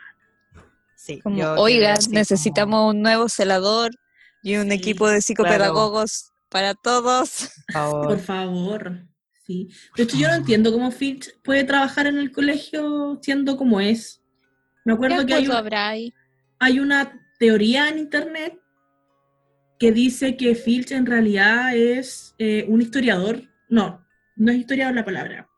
Sí, Como, yo quedé oiga, así como, necesitamos un nuevo celador y un equipo sí, de claro, psicopedagogos para todos. por por favor, favor. Sí. por De hecho, yo no favor. entiendo cómo Filch puede trabajar en el colegio siendo como es. Me ¿Qué acuerdo que acuerdo habrá ahí? hay una teoría en internet que dice que Filch en realidad es un historiador. No, no es historiador la palabra.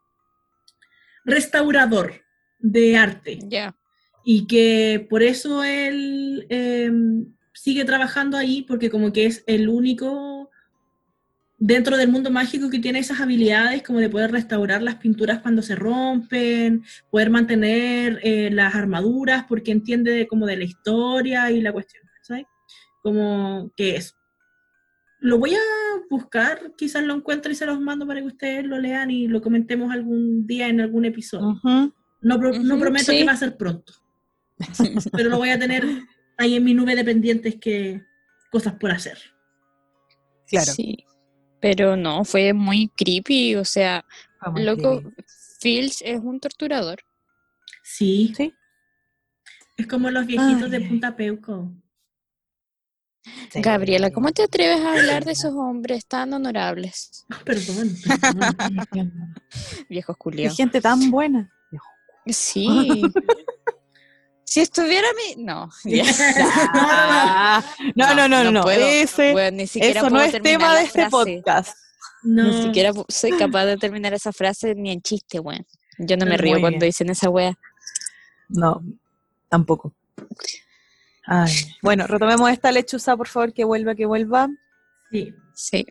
Restaurador de arte. Ya. Y que por eso él sigue trabajando ahí, porque como que es el único dentro del mundo mágico que tiene esas habilidades como de poder restaurar las pinturas cuando se rompen, poder mantener las armaduras, porque entiende como de la historia y la cuestión, ¿sabes? Como que es. Lo voy a buscar, quizás lo encuentre y se los mando para que ustedes lo lean y lo comentemos algún día en algún episodio. Ujú, No prometo que Sí. va a ser pronto, pero lo voy a tener ahí en mi nube de pendientes que cosas por hacer. claro, Sí. Pero no, fue muy creepy. O sea, fue muy loco, creepy. Filch es un torturador. Sí, Sí. es como los viejitos Ay, de ay, Punta Peuco. sí. Gabriela, ¿cómo te atreves a hablar de esos hombres tan honorables? Perdón, perdón. Ay, qué Viejos qué culiados. gente tan buena. Sí. Si estuviera mi... No, ya. No. puedo. Ese, Bueno, ni siquiera eso no puedo es terminar tema la de este frase. podcast. No. Ni siquiera soy capaz de terminar esa frase ni en chiste, weón. Yo no me río Muy cuando bien. dicen esa wea. No, tampoco. Ay. Bueno, retomemos esta lechuza, por favor, que vuelva. Sí. Sí.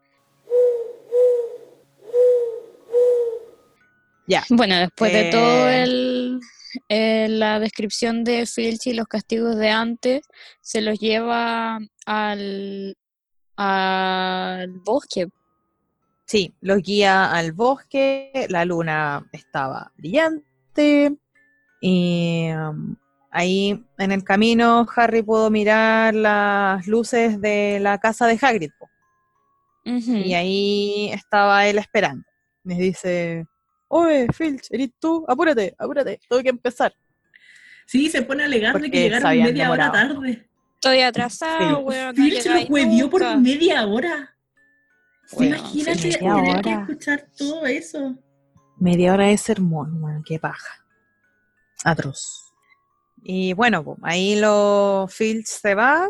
Ya. Bueno, después de todo la descripción de Filch y los castigos de antes, se los lleva al bosque. Sí, los guía al bosque, la luna estaba brillante y ahí en el camino Harry pudo mirar las luces de la casa de Hagrid. Y ahí estaba él esperando. Me dice, oye, Filch, ¿eres tú? Apúrate, tengo que empezar. Sí, se pone a alegar de que Porque se llegaron habían media hora demorado. tarde. Estoy atrasado, Sí. weón, no Filch lo llegáis huevió por nunca. media hora. Weón, Imagínate Filch, media tener hora. que escuchar todo eso. Media hora de sermón, bueno, qué paja. Atroz. Y bueno, pues, ahí Filch se va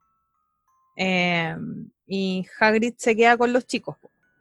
y Hagrid se queda con los chicos.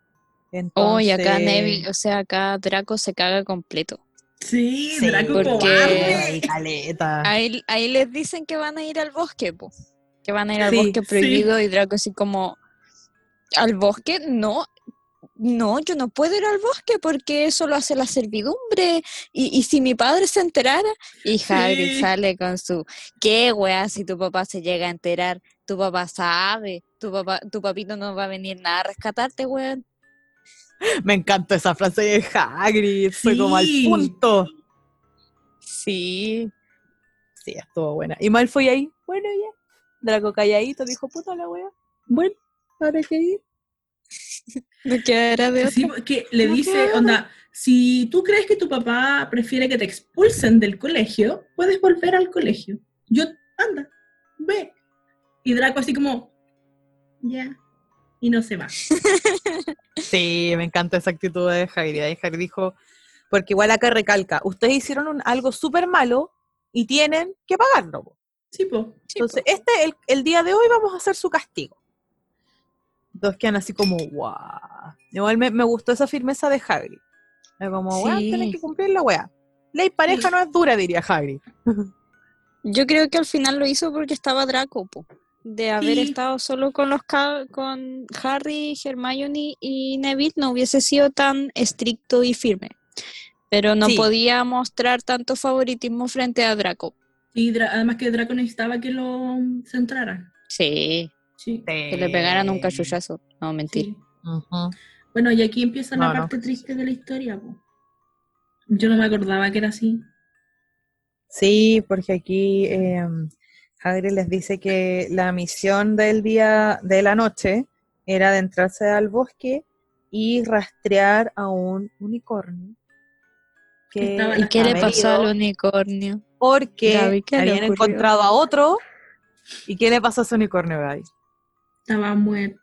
y acá Entonces, Neville, o sea, acá Draco se caga completo. Sí, sí, Draco porque- cobarde. caleta. Ahí les dicen que van a ir al bosque, po. Que van a ir al Sí, bosque prohibido y Draco así como, ¿al bosque? No, yo no puedo ir al bosque porque eso lo hace la servidumbre y si mi padre se enterara y Hagrid Sí. sale con su, ¿qué weá si tu papá se llega a enterar? Tu papá sabe, tu papito no va a venir nada a rescatarte, weón. Me encantó esa frase de Hagrid, fue como al Sí. punto. Sí. Sí, estuvo buena. Y Malfoy ahí, bueno ya. Draco calladito, dijo, puta la wea. Bueno, ahora hay que ir. No quedará de Sí, otra. porque le No dice, queda. onda, si tú crees que tu papá prefiere que te expulsen del colegio, puedes volver al colegio. Anda, ve. Y Draco así como, ya, y no se va. Sí, me encanta esa actitud de Hagrid. Ahí Hagrid dijo, porque igual acá recalca, ustedes hicieron algo súper malo y tienen que pagarlo. Po. Sí, po. Entonces, el día de hoy vamos a hacer su castigo. Entonces quedan así como, guau. Igual me gustó esa firmeza de Hagrid. Es como, weón, tienen que cumplir la weá. Ley pareja Sí. no es dura, diría Hagrid. Yo creo que al final lo hizo porque estaba Draco, po. De haber Sí. estado solo con con Harry, Hermione y Neville no hubiese sido tan estricto y firme. Pero no Sí. podía mostrar tanto favoritismo frente a Draco. Y además que Draco necesitaba que lo centraran. Sí, Sí. que le pegaran un cachuchazo. No, mentir. Sí. Ujú. Bueno, y aquí empieza la No. parte triste de la historia, po. Yo no me acordaba que era así. Sí, porque aquí Hagrid les dice que la misión del día de la noche era adentrarse al bosque y rastrear a un unicornio que ¿Y qué le estaba pasó al herido unicornio? porque Gaby, ¿qué le habían ocurrió? encontrado a otro. ¿Y qué le pasó a ese unicornio, Gaby? Estaba muerto.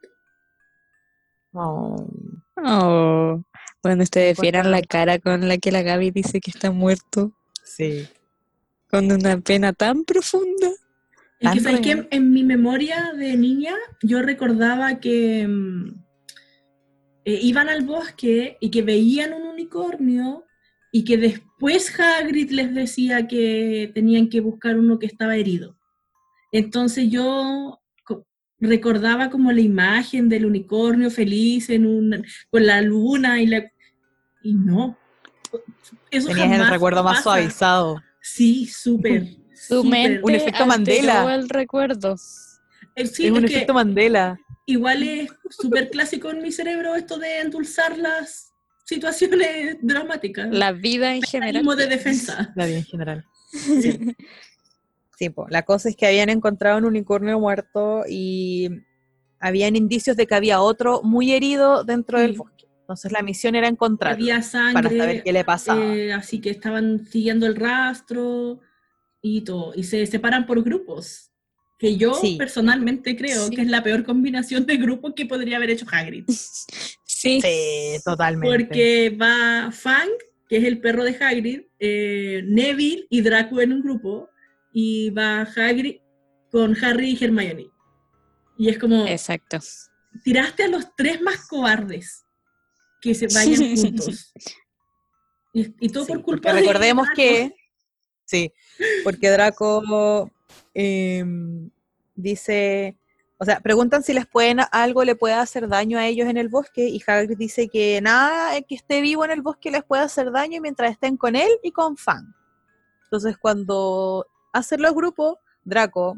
Oh. Oh. Bueno, ustedes vieran la Encontraron- cara con la que la Gaby dice que está muerto. Sí. Con una pena tan profunda. Es que, Tan ¿sabes real. qué? En mi memoria de niña, yo recordaba que iban al bosque y que veían un unicornio y que después Hagrid les decía que tenían que buscar uno que estaba herido. Entonces yo recordaba como la imagen del unicornio feliz con la luna y no. Eso Tenías el jamás recuerdo más pasa. suavizado. Sí, súper. Tu súper. mente Un efecto alteró Mandela. el recuerdo. Sí, Es un es efecto que Mandela. igual es súper clásico en mi cerebro esto de endulzar las situaciones dramáticas. La vida en general. Mecanismo de defensa. La vida en general. Sí. Sí, po. La cosa es que habían encontrado un unicornio muerto y habían indicios de que había otro muy herido dentro del Sí. bosque. Entonces la misión era encontrarlo Había para saber sangre, qué le pasaba. así que estaban siguiendo el rastro y todo. Y se separan por grupos. Que yo Sí. personalmente creo Sí. que es la peor combinación de grupos que podría haber hecho Hagrid. Sí. Sí, totalmente. Porque va Fang que es el perro de Hagrid, Neville y Draco en un grupo, y va Hagrid con Harry y Hermione. Y es como, Exacto. tiraste a los 3 más cobardes que se vayan juntos. Y todo por culpa de recordemos Draco. que sí, porque Draco dice, o sea, preguntan si algo le puede hacer daño a ellos en el bosque, y Hagrid dice que nada que esté vivo en el bosque les puede hacer daño mientras estén con él y con Fang. Entonces cuando hacen los grupos, Draco,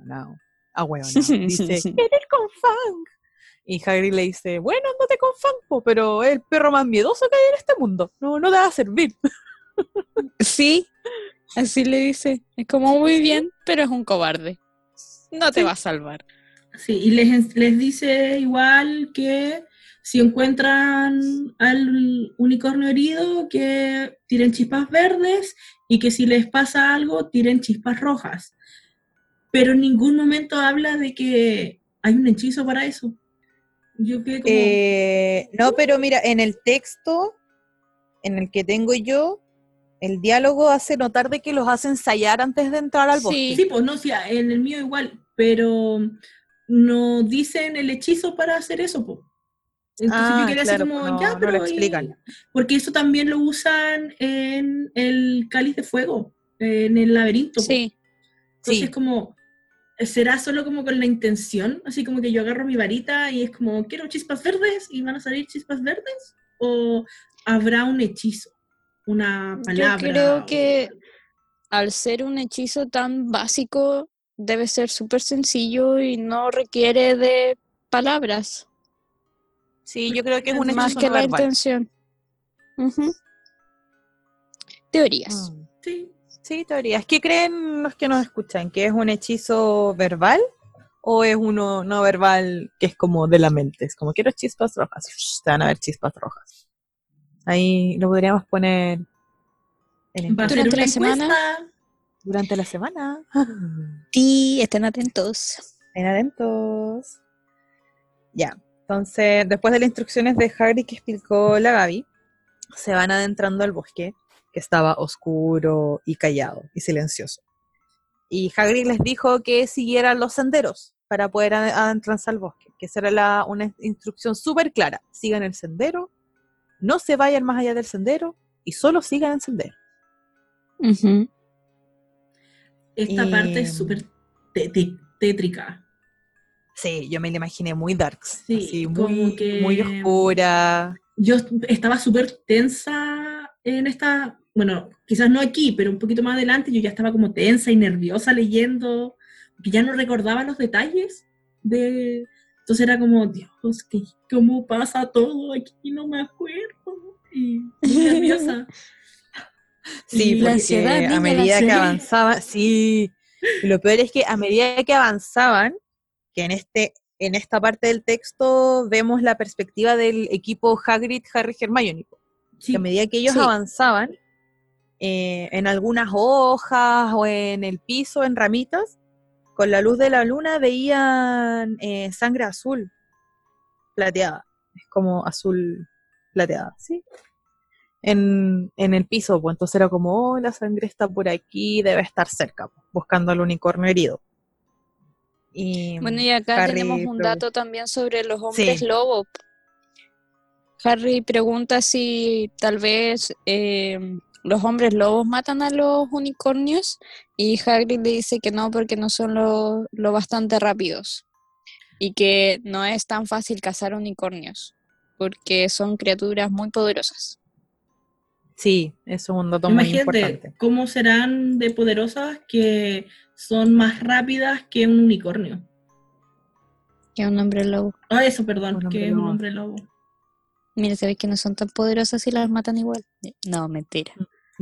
dice, quiero ir con Fang. Y Hagrid le dice, bueno, andate con Fang, pero es el perro más miedoso que hay en este mundo, no te va a servir. Sí, así le dice. Es como muy bien, pero es un cobarde. No te va a salvar. Sí, y les dice igual que si encuentran al unicornio herido, que tiren chispas verdes, y que si les pasa algo, tiren chispas rojas. Pero en ningún momento habla de que hay un hechizo para eso. Yo quedé como... No, pero mira, en el texto en el que tengo yo, el diálogo hace notar de que los hace ensayar antes de entrar al bosque. Sí, pues no, sí, en el mío igual, pero no dicen el hechizo para hacer eso, pues. Entonces yo quedé así como, ya, pero no lo explican. porque eso también lo usan en el Cáliz de Fuego, en el laberinto. Sí. Entonces como, ¿será solo como con la intención? Así como que yo agarro mi varita y es como, quiero chispas verdes y van a salir chispas verdes, ¿o habrá un hechizo? Una palabra. Yo creo que al ser un hechizo tan básico, debe ser súper sencillo y no requiere de palabras. Sí, yo creo que es un más hechizo que no la verbal. intención. Teorías. Sí, teorías. ¿Qué creen los que nos escuchan? ¿Que es un hechizo verbal o es uno no verbal que es como de la mente? Es como, quiero chispas rojas. Te van a ver chispas rojas. Ahí lo podríamos poner en durante la semana. Durante la semana. Sí, estén atentos. Estén atentos. Ya, entonces, después de las instrucciones de Hagrid que explicó la Gaby, se van adentrando al bosque, que estaba oscuro y callado y silencioso. Y Hagrid les dijo que siguieran los senderos para poder adentrarse al bosque, que esa era una instrucción súper clara. Sigan el sendero, no se vayan más allá del sendero y solo sigan el sendero. Esta parte es súper tétrica. Sí, yo me la imaginé muy darks, sí, así, como que muy oscura. Yo estaba súper tensa en esta, bueno, quizás no aquí, pero un poquito más adelante yo ya estaba como tensa y nerviosa leyendo, que ya no recordaba los detalles de... Entonces era como, Dios, ¿cómo pasa todo aquí? No me acuerdo. Y muy nerviosa. Sí, la ansiedad, a medida que avanzaba, sí. Y lo peor es que a medida que avanzaban, que en esta parte del texto vemos la perspectiva del equipo Hagrid, Harry, Hermione. Sí. Que a medida que ellos avanzaban, en algunas hojas o en el piso, en ramitas, con la luz de la luna veían sangre azul plateada. Es como azul plateada, ¿sí? En el piso, pues entonces era como, la sangre está por aquí, debe estar cerca, pues, buscando al unicornio herido. Y bueno, y acá Harry tenemos un dato también sobre los hombres lobo. Harry pregunta si tal vez los hombres lobos matan a los unicornios, y Hagrid le dice que no, porque no son lo bastante rápidos y que no es tan fácil cazar unicornios porque son criaturas muy poderosas. Sí, eso es un dato muy importante. ¿Cómo serán de poderosas que son más rápidas que un unicornio? Que un hombre lobo. Eso, perdón, que es un hombre lobo. Mira, ¿sabes que no son tan poderosas si las matan igual? No, mentira.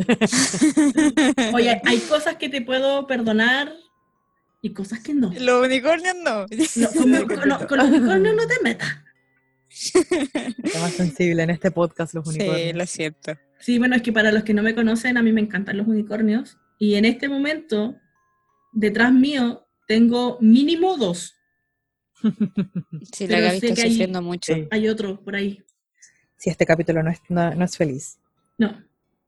Oye, hay cosas que te puedo perdonar y cosas que no. Los unicornios no. Con los unicornios no te metas. Está más sensible en este podcast los unicornios. Sí, lo siento. Sí, bueno, es que para los que no me conocen, a mí me encantan los unicornios. Y en este momento, detrás mío, tengo mínimo 2. Sí, la Gaby está sufriendo mucho. Hay otro por ahí. Sí, este capítulo no es feliz. No.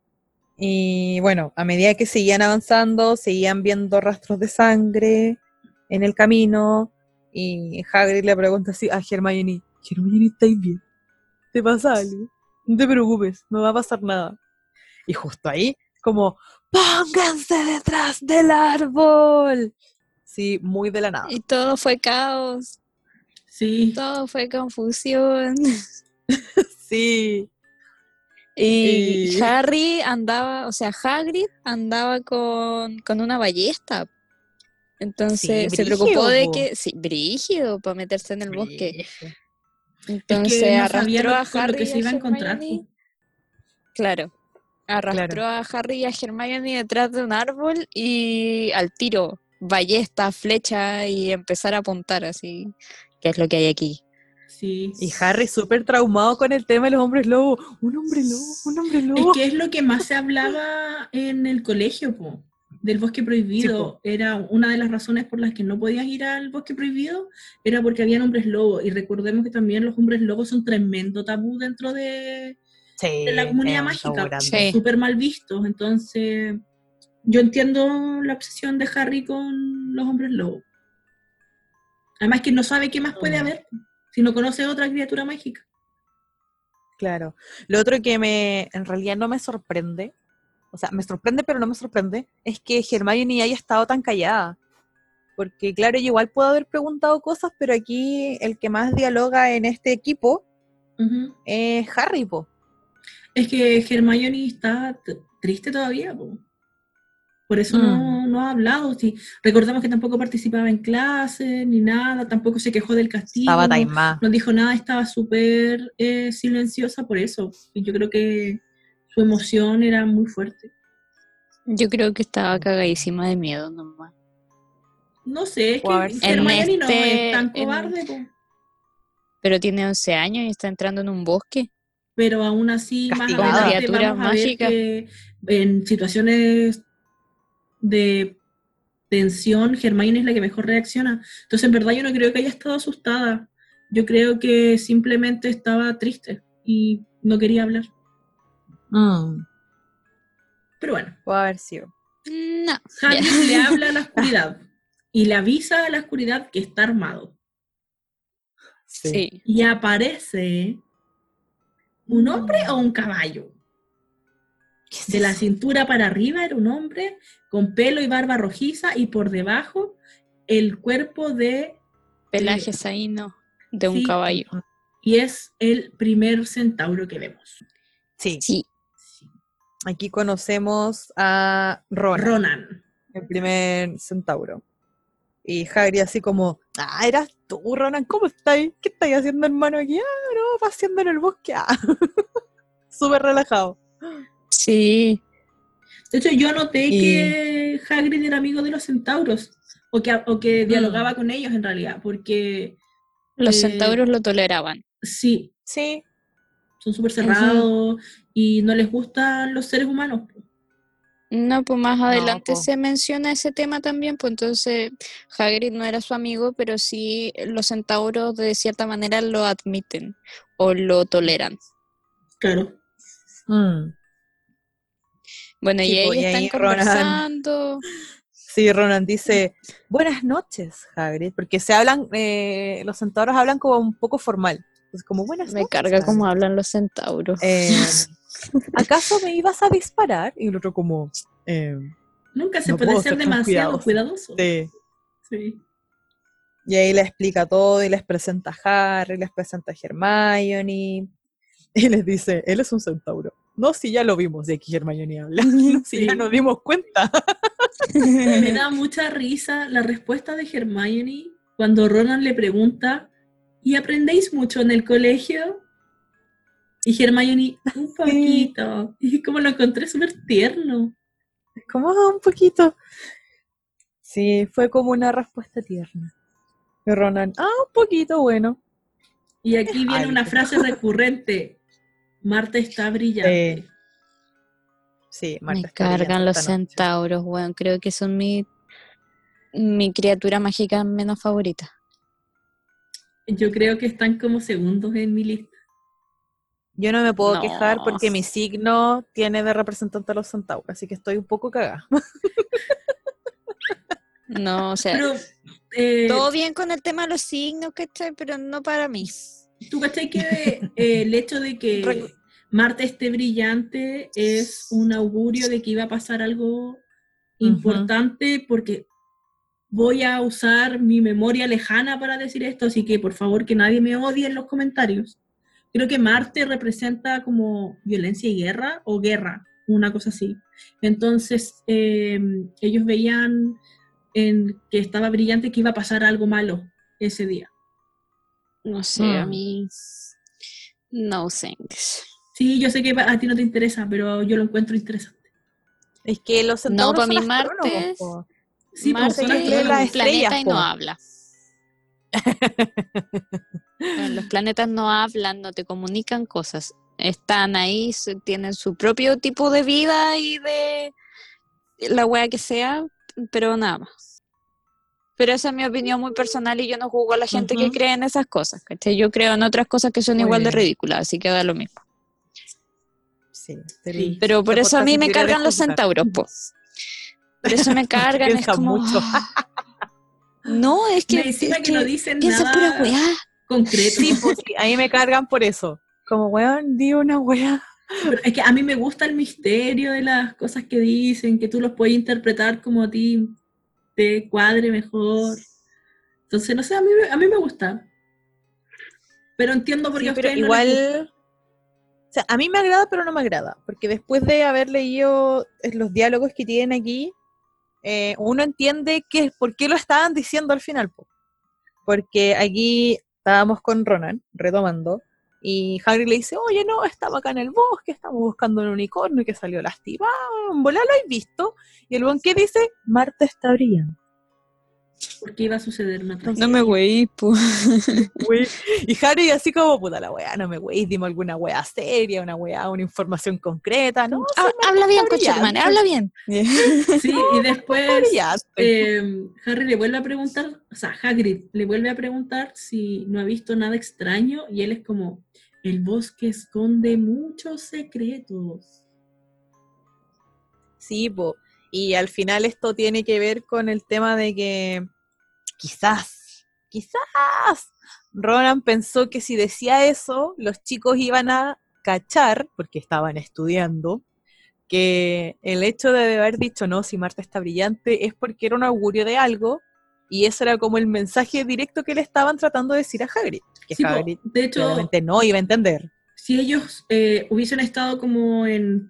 Y bueno, a medida que seguían avanzando, seguían viendo rastros de sangre en el camino. Y Hagrid le pregunta así a Hermione, Hermione, ¿estáis bien? ¿Te pasa algo? No te preocupes, no va a pasar nada. Y justo ahí, como, ¡pónganse detrás del árbol! Sí, muy de la nada. Y todo fue caos, Sí. todo fue confusión. Sí. Y Y... Harry andaba, o sea, Hagrid andaba con una ballesta. Sí, Entonces se preocupó brígido, de po. que, sí, brígido para meterse en el bosque. Brígido. Es que Entonces no sabía arrastró a con lo que Harry y se a iba a encontrar, Hermione, po. claro, Claro. arrastró a Harry y a Hermione detrás de un árbol y al tiro, ballesta, flecha y empezar a apuntar así, que es lo que hay aquí. Sí. Y Harry súper traumado con el tema de los hombres lobo. Un hombre lobo, un hombre Es lobo. que es lo que más se hablaba en el colegio, po, del bosque Sí, po. prohibido. Era una de las razones por las que no podías ir al bosque prohibido, era porque habían hombres lobos. Y recordemos que también los hombres lobos son tremendo tabú dentro de la Sí, comunidad es un tabú mágica, grande. Sí, súper mal vistos. Entonces, yo entiendo la obsesión de Harry con los hombres lobos. Además que no sabe qué más puede haber si no conoce otra criatura mágica. Claro. Lo otro que en realidad no me sorprende, o sea, me sorprende pero no me sorprende, es que Hermione haya estado tan callada. Porque claro, yo igual puedo haber preguntado cosas, pero aquí el que más dialoga en este equipo Uh-huh. es Harry, po. Es que Hermione está triste todavía, po. Por eso Mm. no ha hablado. Sí. Recordamos que tampoco participaba en clases ni nada, tampoco se quejó del castigo, Estaba taimada. no dijo nada, estaba súper silenciosa por eso. Y yo creo que su emoción era muy fuerte. yo creo que estaba cagadísima de miedo nomás. No sé, es Puede haber que En sido. Hermione no es este, tan en, cobarde, po. pero tiene 11 años y está entrando en un bosque Pero aún así, más con Castigada. adelante criaturas vamos a ver mágicas. que en situaciones de tensión, Hermione es la que mejor reacciona. Entonces, en verdad, yo no creo que haya estado asustada. Yo creo que simplemente estaba triste y no quería hablar. Mm. Pero bueno, Puede haber sido. No, ya. Hagrid le habla a la oscuridad y le avisa a la oscuridad que está armado. Sí. Sí. Y aparece un hombre o un caballo. ¿Qué es De la eso? cintura para arriba era un hombre con pelo y barba rojiza y por debajo el cuerpo de... Pelaje saíno de un sí, caballo. y es el primer centauro que vemos. Sí. Sí. Sí. Aquí conocemos a Ronan. el primer centauro. Y Hagrid así como, eras tú, Ronan, ¿cómo estáis? ¿Qué estáis haciendo, hermano, aquí? No, paseando en el bosque. Súper relajado. Sí. De hecho, yo noté Y que Hagrid era amigo de los centauros, o que dialogaba con ellos en realidad, porque Los centauros lo toleraban. sí, sí, son súper Ujú. cerrados y no les gustan los seres humanos. No, pues más no, adelante po. se menciona ese tema también, pues entonces Hagrid no era su amigo, pero sí los centauros de cierta manera lo admiten o lo toleran. Claro. Mm. Bueno, Sí, y po, ahí y están ahí Ronan, conversando. sí, Ronan dice, buenas noches, Hagrid, porque se hablan, los centauros hablan como un poco formal. Entonces, como, buenas Me noches, carga cómo Hagrid. hablan los centauros. Eh, ¿Acaso me ibas a disparar? Y el otro como, eh, Nunca se no puede puedo ser ser tan demasiado cuidadoso. cuidadoso. Sí. Sí. Y ahí le explica todo y les presenta a Harry, les presenta a Hermione y les dice, él es un centauro. No, si ya lo vimos, de aquí Hermione habla. No, si ya Sí. nos dimos cuenta. Me da mucha risa la respuesta de Hermione cuando Ronan le pregunta, ¿y aprendéis mucho en el colegio? Y Hermione, un Sí, poquito. Y como lo encontré súper tierno. es como un poquito. Sí, fue como una respuesta tierna. Y Ronan, un poquito, bueno. Y Es aquí viene una algo. frase recurrente. Marta está Sí, brillante. sí, Me Marta está brillante cargan los esta noche. centauros, weón. Creo que son mi criatura mágica menos favorita. Yo creo que están como segundos en mi lista. Yo no me puedo No. quejar porque mi signo tiene de representante a los centauros, así que estoy un poco cagada. No, o sea, Pero, todo bien con el tema de los signos, ¿cachai? Pero no para mí. ¿tú cachai que el hecho de que Marte esté brillante es un augurio de que iba a pasar algo importante? Porque voy a usar mi memoria lejana para decir esto, así que por favor que nadie me odie en los comentarios. Creo que Marte representa como violencia y guerra, o guerra, una cosa así. Entonces, ellos veían en que estaba brillante que iba a pasar algo malo ese día. No sé, a mí. No thanks. Sí, yo sé que a ti no te interesa, pero yo lo encuentro interesante. Es que los No, centauros para son mí astrónomos, Marte, po. Sí, pues son Marte es las un astrónomos. estrellas, planeta y po. no habla. Bueno, los planetas no hablan, no te comunican cosas. Están ahí, tienen su propio tipo de vida y de la wea que sea, pero nada más. Pero esa es mi opinión muy personal y yo no juzgo a la gente que cree en esas cosas, ¿cachai? Yo creo en otras cosas que son Muy igual de bien. ridículas, así que da lo mismo. Sí, Sí. Pero por este eso a podcast mí es me libre de cargan los juzgar. centauros, pues. Por eso me cargan, es Piensan como... mucho. No, es Me que, encima que no dicen piensan pura nada weá. concreto. Sí, pues sí, a mí me cargan por eso. Como, weón, di una weá. Pero es que a mí me gusta el misterio de las cosas que dicen, que tú los puedes interpretar como a ti te cuadre mejor. Entonces, no sé, a mí me gusta. Pero entiendo por qué Sí, a pero ustedes no les gusta. igual... O sea, a mí me agrada, pero no me agrada. Porque después de haber leído los diálogos que tienen aquí, uno entiende por qué lo estaban diciendo al final, po. Porque aquí estábamos con Ronan, retomando, y Hagrid le dice, oye, no, estamos acá en el bosque, estamos buscando un unicornio que salió lastimado, en volá lo has visto, y el buen que dice, Marta está brillando. Porque iba a suceder una tragedia. No me weí, pues. Y Harry así como, puta la weá, no me weís, dime alguna weá seria, una información concreta, ¿no? Sí, Marta Habla bien, está coche hermano, habla bien. Sí, y después brillante. Harry le vuelve a preguntar, o sea, Hagrid le vuelve a preguntar si no ha visto nada extraño, y él es como, el bosque esconde muchos secretos. Sí, po. Y al final esto tiene que ver con el tema de que quizás Ronan pensó que si decía eso, los chicos iban a cachar, porque estaban estudiando, que el hecho de haber dicho no, si Marta está brillante, es porque era un augurio de algo, y eso era como el mensaje directo que le estaban tratando de decir a Hagrid, que Sí, Hagrid de hecho, claramente no iba a entender. si ellos hubiesen estado como en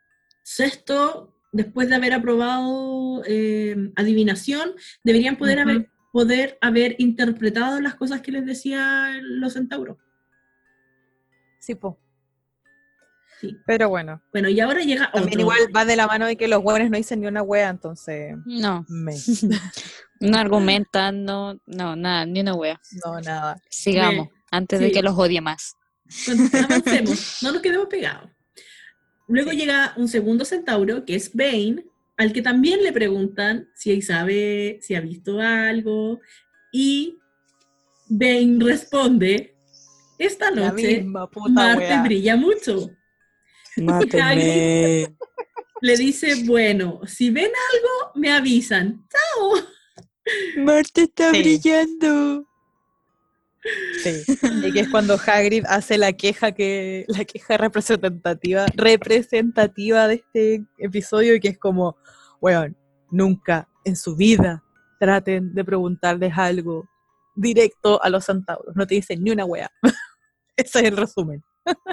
sexto, después de haber aprobado adivinación, deberían poder haber interpretado las cosas que les decían los centauros. Sí, po. Sí. Pero bueno. Bueno, y ahora llega También otro. igual va de la mano de que los hueones no dicen ni una wea, entonces... No. No argumentan, no, nada, ni una wea. No, nada. Sigamos, antes de que los odie más. Avancemos, no nos quedemos pegados. Luego llega un segundo centauro, que es Bane, al que también le preguntan si sabe, si ha visto algo, y Bane responde, esta noche Marte brilla mucho. Mátenme. Le dice, bueno, si ven algo, me avisan. ¡Chao! Marte está brillando. Sí. Y que es cuando Hagrid hace la queja representativa de este episodio, que es como, weón, nunca en su vida traten de preguntarles algo directo a los centauros. No te dicen ni una wea. Ese es el resumen.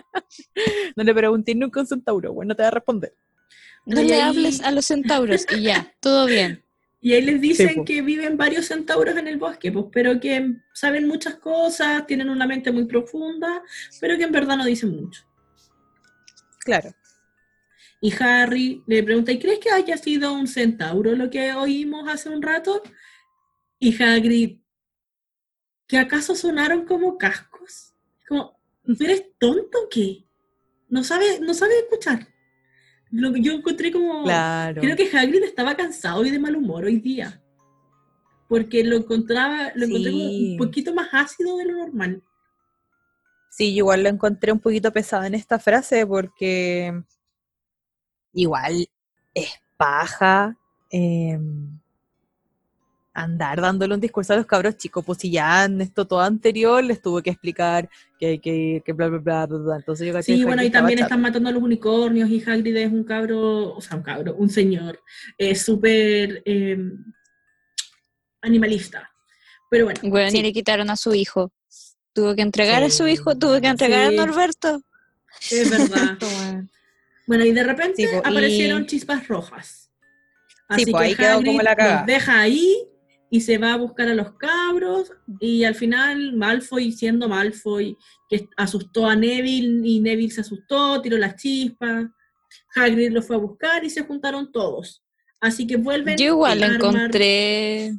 No le preguntes nunca a un centauro, bueno, no te va a responder. No le hables a los centauros y ya, todo bien. Y ahí les dicen que viven varios centauros en el bosque, pues, pero que saben muchas cosas, tienen una mente muy profunda, pero que en verdad no dicen mucho. Claro. Y Harry le pregunta, ¿y crees que haya sido un centauro lo que oímos hace un rato? Y Hagrid, ¿que acaso sonaron como cascos? Como, ¿tú eres tonto o qué? No sabe escuchar. Lo que yo encontré como... Claro. Creo que Hagrid estaba cansado y de mal humor hoy día. Porque lo encontré como un poquito más ácido de lo normal. Sí, igual lo encontré un poquito pesada en esta frase porque igual es paja andar dándole un discurso a los cabros chicos, pues si ya en esto todo anterior les tuvo que explicar que bla, bla, bla, bla, bla. Entonces yo caché Sí, que bueno, Hagrid y estaba también chato. están matando a los unicornios y Hagrid es un cabro, o sea, un señor, súper animalista. Pero bueno, Bueno, y Sí, le quitaron a su hijo. Tuvo que entregar a su hijo, sí, tuvo que entregar a sí, Norberto. es verdad. bueno. Bueno, y de repente Sí, pues, aparecieron chispas rojas. sí, Así pues que ahí quedó como Hagrid la los cagada. deja ahí y se va a buscar a los cabros. Y al final Malfoy, siendo Malfoy, que asustó a Neville y Neville se asustó, tiró las chispas. Hagrid los fue a buscar y se juntaron todos. Así que vuelven Yo igual a armar. encontré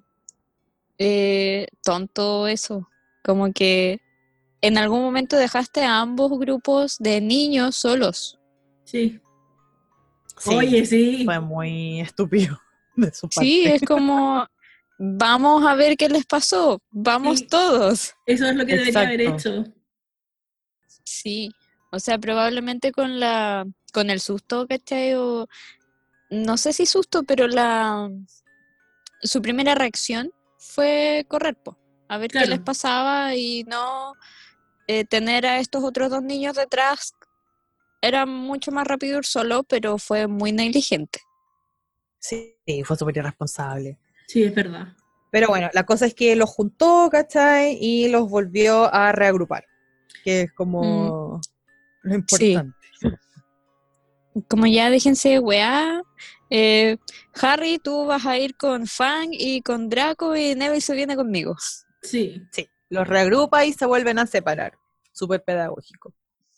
tonto eso. Como que en algún momento dejaste a ambos grupos de niños solos. Sí. Sí, Oye, sí. fue muy estúpido de su Sí, parte. es como, vamos a ver qué les pasó, vamos Sí. todos. Eso es lo que debería haber Exacto. hecho. Sí, o sea, probablemente con el susto, ¿cachai? O, no sé si susto, pero su primera reacción fue correr, po, a ver qué les Claro. pasaba y no tener a estos otros dos niños detrás. Era mucho más rápido ir solo, pero fue muy negligente. Sí, fue súper irresponsable. Sí, es verdad. Pero bueno, la cosa es que los juntó, ¿cachai? Y los volvió a reagrupar, que es Mm, como lo sí, importante. como ya déjense de weá. Harry, tú vas a ir con Fang y con Draco y Neville se viene conmigo. Sí. Sí, los reagrupa y se vuelven a separar. Súper pedagógico.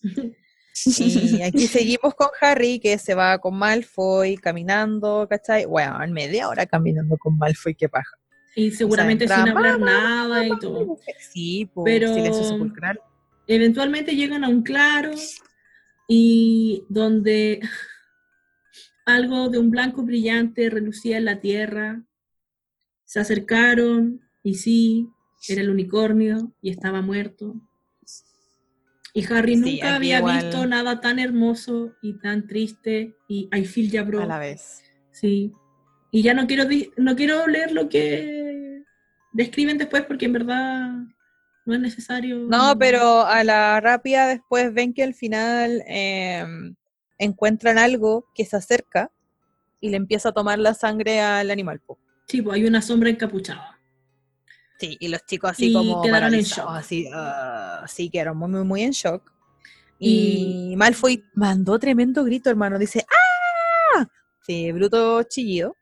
Y aquí seguimos con Harry, que se va con Malfoy caminando, ¿cachai? Bueno, en media hora caminando con Malfoy, qué paja. Y Y se seguramente sin entra, hablar nada y todo. sí, po, silencio Pero sepulcral. eventualmente llegan a un claro y donde algo de un blanco brillante relucía en la tierra. Se acercaron y sí, era el unicornio y estaba muerto. Y Harry Sí, nunca aquí había visto igual nada tan hermoso y tan triste. Y I feel ya, a bro. la vez. Sí. Y ya no quiero leer lo que describen después porque en verdad no es necesario. No, pero a la rápida después ven que al final encuentran algo que se acerca y le empieza a tomar la sangre al animal, po. Sí, pues hay una sombra encapuchada. Sí, y los chicos así Y como quedaron en paralizados, shock. así, sí, quedaron muy, muy, muy en shock. Y Y Malfoy mandó tremendo grito, hermano, dice, ¡ah! Sí, bruto chillido.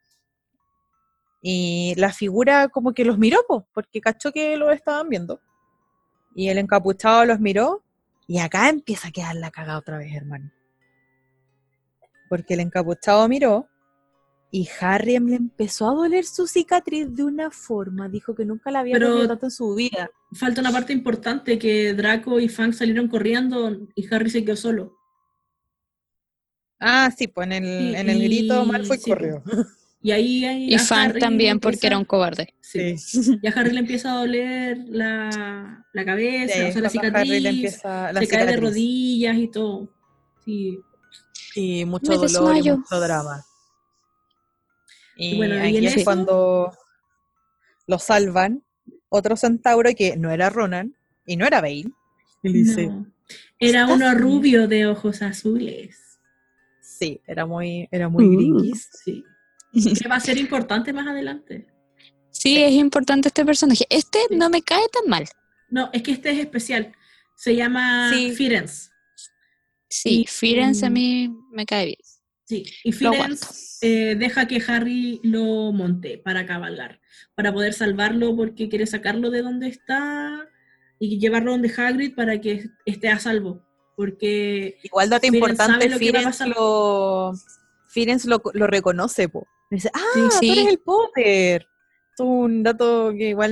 Y la figura como que los miró, po, porque cachó que lo estaban viendo. Y el encapuchado los miró, y acá empieza a quedar la cagada otra vez, hermano. Porque el encapuchado miró, y Harry le empezó a doler su cicatriz de una forma. Dijo que nunca la había dolido pero tanto en su vida. falta una parte importante, que Draco y Fang salieron corriendo y Harry se quedó solo. Ah, sí, pues en el grito Y Malfoy sí, pues. corrió. Y ahí Y a Fang Harry le también porque era un empieza, cobarde. sí, Sí. pues. Y a Harry le empieza a doler la Y cabeza, ahí o es sea, la cuando Harry le cicatriz, empieza la se cae de cicatriz. rodillas y todo. Sí. Y mucho Me dolor y desmayo. mucho drama. Y Y bueno, y en aquí es Sí. eso, cuando lo salvan otro centauro que no era Ronan y no era Bale. Y le dice, no, era uno ¿estás bien? rubio de ojos azules. Sí, era muy gringuis. Sí. Que va a ser importante más adelante. Sí, Sí. es importante este personaje. Este Sí. no me cae tan mal. No, es que este es especial. Se llama Sí, Firenze. Sí, Y, Firenze a mí me cae bien. sí, y Lo aguanto. Firenze deja que Harry lo monte para cabalgar, para poder salvarlo porque quiere sacarlo de donde está y llevarlo donde Hagrid para que esté a salvo. Porque igual dato Firenze sabe importante, lo que va a Firenze pasar. lo reconoce, po. Me dice, Sí, tú eres Sí, el Potter. Es un dato que igual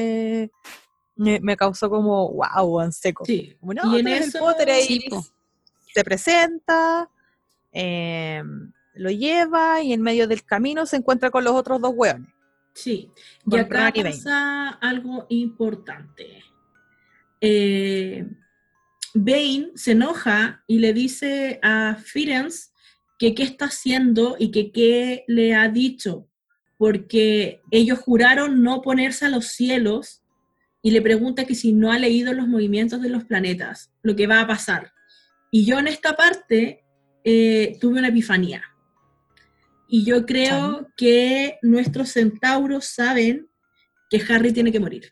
me causó como, wow, en seco. sí. Como, no, Y en tú eres el Potter, eso, sí, ahí po. se presenta, eh, lo lleva y en medio del camino se encuentra con los otros dos hueones, sí. Y con Ron acá y Bane. pasa algo importante. Eh, Bane se enoja y le dice a Firenze que qué está haciendo y que qué le ha dicho, porque ellos juraron no ponerse a los cielos, y le pregunta que si no ha leído los movimientos de los planetas, lo que va a pasar. Y yo en esta parte tuve una epifanía. Y yo creo que nuestros centauros saben que Harry tiene que morir.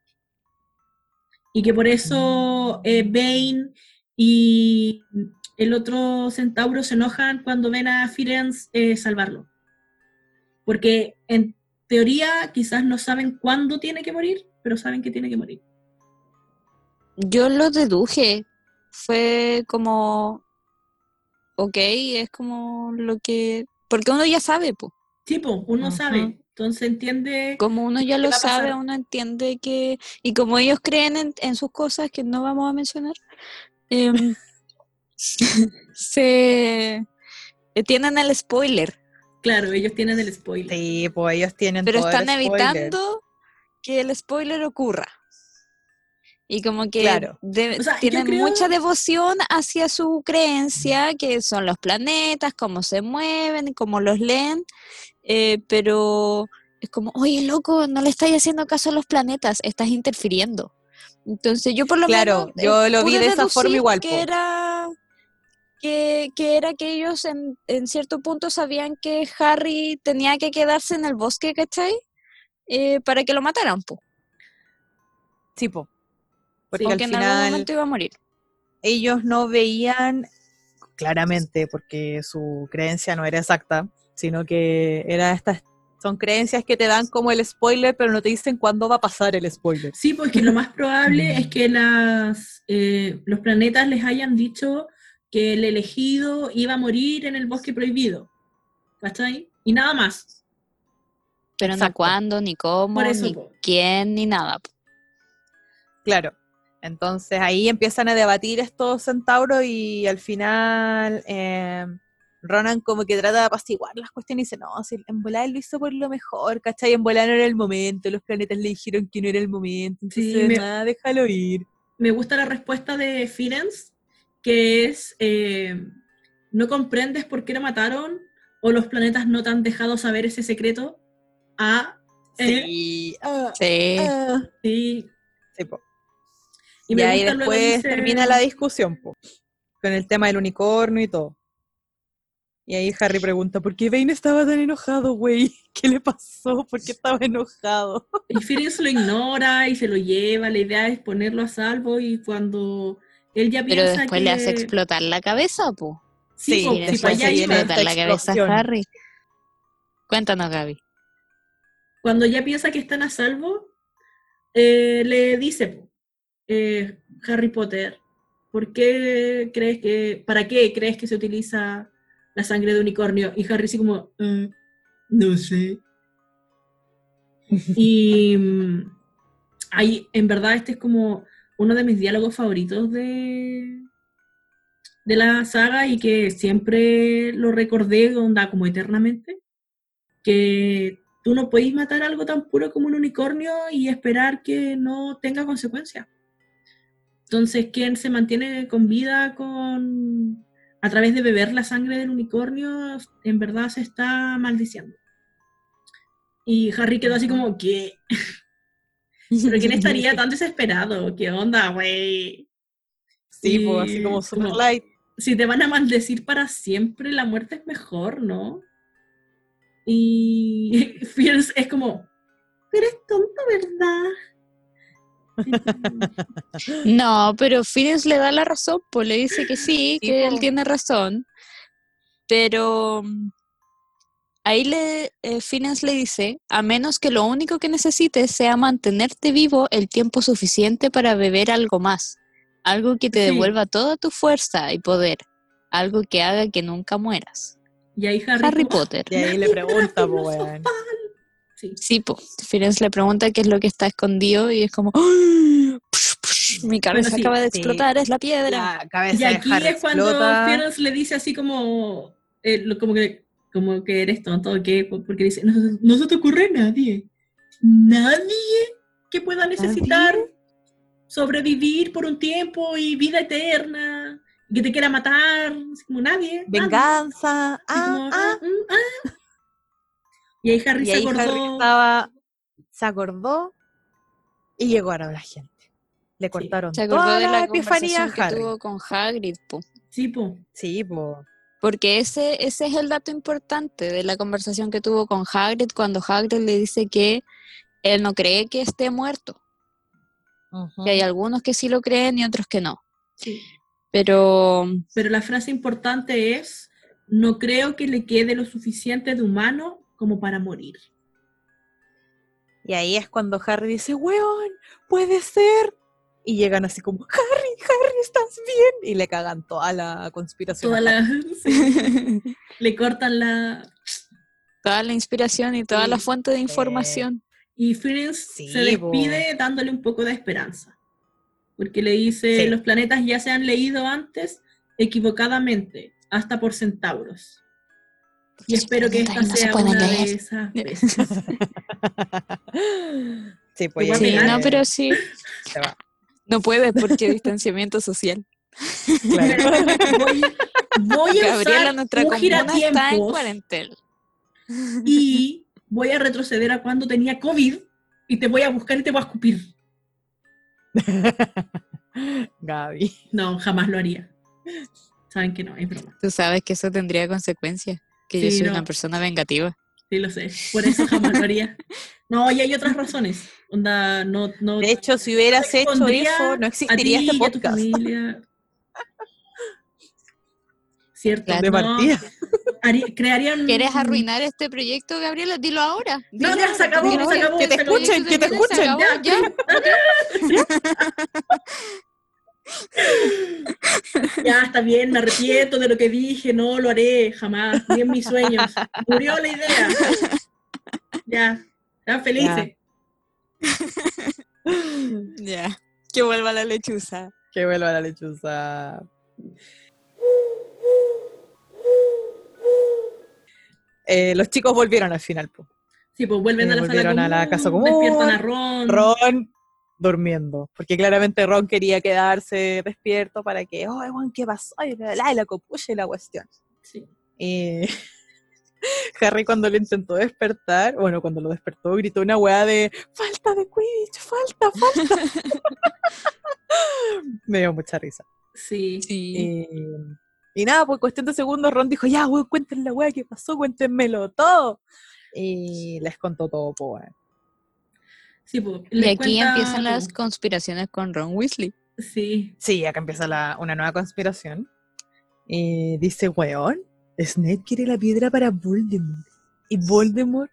Y que por eso Bane y el otro centauro se enojan cuando ven a Firenze salvarlo. Porque en teoría quizás no saben cuándo tiene que morir, pero saben que tiene que morir. Yo lo deduje. Fue como, ok, es como lo que... Porque uno ya sabe, pues. Sí, pues, uno sabe. Entonces entiende. Como uno ya lo va a pasar. sabe, uno entiende que... Y como ellos creen en sus cosas que no vamos a mencionar, se tienen el spoiler. Claro, ellos tienen el spoiler. Sí, pues ellos tienen pero todo están el spoiler. evitando que el spoiler ocurra. Y como que Claro. O sea, tienen yo creo... mucha devoción hacia su creencia, que son los planetas, cómo se mueven, cómo los leen, pero es como, oye, loco, no le estás haciendo caso a los planetas, estás interfiriendo. Entonces yo por lo Claro, menos yo lo vi pude de esa forma deducir igual. que era que ellos en cierto punto sabían que Harry tenía que quedarse en el bosque, ¿cachai? Para que lo mataran, po. Sí, po. Porque Sí, al en algún final momento iba a morir. ellos no veían claramente, porque su creencia no era exacta, sino que era son creencias que te dan como el spoiler, pero no te dicen cuándo va a pasar el spoiler. Sí, porque lo más probable es que los planetas les hayan dicho que el elegido iba a morir en el bosque prohibido. ¿Cachai? Y nada más. Pero Exacto. no cuándo, ni cómo, Por eso, ni po. quién, ni nada. Claro. Entonces ahí empiezan a debatir estos centauros y al final Ronan como que trata de apaciguar las cuestiones y dice, no, si en volar él lo hizo por lo mejor, ¿cachai? En volar no era el momento, los planetas le dijeron que no era el momento, entonces Sí, nada, déjalo ir. Me gusta la respuesta de Firenze, que es, no comprendes por qué lo mataron, o los planetas no te han dejado saber ese secreto. Sí. Sí. Sí. Sí, po. Y Y me ahí gusta luego después dice... termina la discusión, po, con el tema del unicornio y todo. Y ahí Harry pregunta, ¿por qué Bane estaba tan enojado, güey? ¿Qué le pasó? ¿Por qué estaba enojado? Y Firenze lo ignora y se lo lleva. La idea es ponerlo a salvo, y cuando él ya Pero piensa después que... le hace explotar la cabeza, po. Sí, po, después para allá se viene iba. explotar esta la cabeza a explosión. Harry. Cuéntanos, Gaby. Cuando ya piensa que están a salvo, le dice, Harry Potter, ¿para qué crees que se utiliza la sangre de unicornio? Y Harry así como, no sé. Y ahí, en verdad, este es como uno de mis diálogos favoritos de la saga, y que siempre lo recordé, onda, como eternamente, que tú no podéis matar algo tan puro como un unicornio y esperar que no tenga consecuencias. Entonces, quien se mantiene con vida a través de beber la sangre del unicornio, en verdad se está maldiciendo. Y Harry quedó así como, ¿qué? ¿Pero quién estaría tan desesperado? ¿Qué onda, güey? Sí, pues así como super como, light. si te van a maldecir para siempre, la muerte es mejor, ¿no? Y Fierce es como, pero eres tonto, ¿verdad? No, pero Firenze le da la razón, pues le dice que sí, Sí, que po. él tiene razón. Pero ahí Firenze le dice, a menos que lo único que necesites sea mantenerte vivo el tiempo suficiente para beber algo más, algo que te Sí. devuelva toda tu fuerza y poder, algo que haga que nunca mueras. Y ahí Harry como, Potter. Y ahí le pregunta, po, weón. Sí, Firenze le pregunta qué es lo que está escondido y es como, ¡ay! Push, push, mi cabeza Bueno, sí, acaba de sí. explotar, es la piedra. La cabeza Y de aquí Harry es cuando explota. Firenze le dice así como, como que eres tonto, ¿qué? Porque dice, no se te ocurre nadie que pueda necesitar ¿Nadie? sobrevivir por un tiempo y vida eterna, que te quiera matar, así como nadie. Venganza. Y ahí Harry Y se ahí acordó. Harry se acordó y llegó a la gente. Le cortaron Se acordó toda de la la epifanía a conversación que Harry. tuvo con Hagrid, po. Sí, po. Sí, po. Porque ese es el dato importante de la conversación que tuvo con Hagrid cuando Hagrid le dice que él no cree que esté muerto. Que hay algunos que sí lo creen y otros que no. Sí. Pero la frase importante es, no creo que le quede lo suficiente de humano como para morir. Y ahí es cuando Harry dice, weón, puede ser. Y llegan así como, Harry, ¿estás bien? Y le cagan toda la conspiración. Sí. Le cortan toda la inspiración y toda la fuente de información. Y Firenze se despide dándole un poco de esperanza. Porque le dice, los planetas ya se han leído antes equivocadamente, hasta por centauros. Y espero que esta sea una de esas veces. Sí, pues no, pero sí. No puedes porque distanciamiento social. Claro. Voy a Gabriela, usar nuestra un comuna está en giratiempos cuarentena. y voy a retroceder a cuando tenía COVID y te voy a buscar y te voy a escupir. Gaby. No, jamás lo haría. Saben que no, es broma. Tú sabes que eso tendría consecuencias, que yo soy una persona vengativa. Sí, lo sé. Por eso jamás lo haría. No, y hay otras razones. Onda, no, de hecho, si hubieras hecho eso, no existiría este podcast. A tu familia. Cierto. Claro. De partida. Crearían... ¿Quieres arruinar este proyecto, Gabriela? Dilo ahora. No, ya se acabó. Que te escuchen, que te escuchen. Ya, está bien, me arrepiento de lo que dije, no lo haré, jamás, ni en mis sueños. Murió la idea. Ya, están felices. Ya, que vuelva la lechuza. Que vuelva la lechuza. Los chicos volvieron al final, pues. Sí, pues vuelven a la sala común, a la casa común, despiertan a Ron. Ron durmiendo, porque claramente Ron quería quedarse despierto para que, ¿qué pasó? Y la copucha y la cuestión. Sí. Harry cuando lo intentó despertar, cuando lo despertó, gritó una weá de falta de Quidditch, falta. Me dio mucha risa. Sí. Y nada, pues cuestión de segundos, Ron dijo, ya, weón, cuéntenle la weá que pasó, cuéntenmelo todo. Y les contó todo, pues. Sí, pues, y aquí empiezan las conspiraciones con Ron Weasley. Sí. Sí, acá empieza una nueva conspiración. Dice, weón, Snape quiere la piedra para Voldemort. Y Voldemort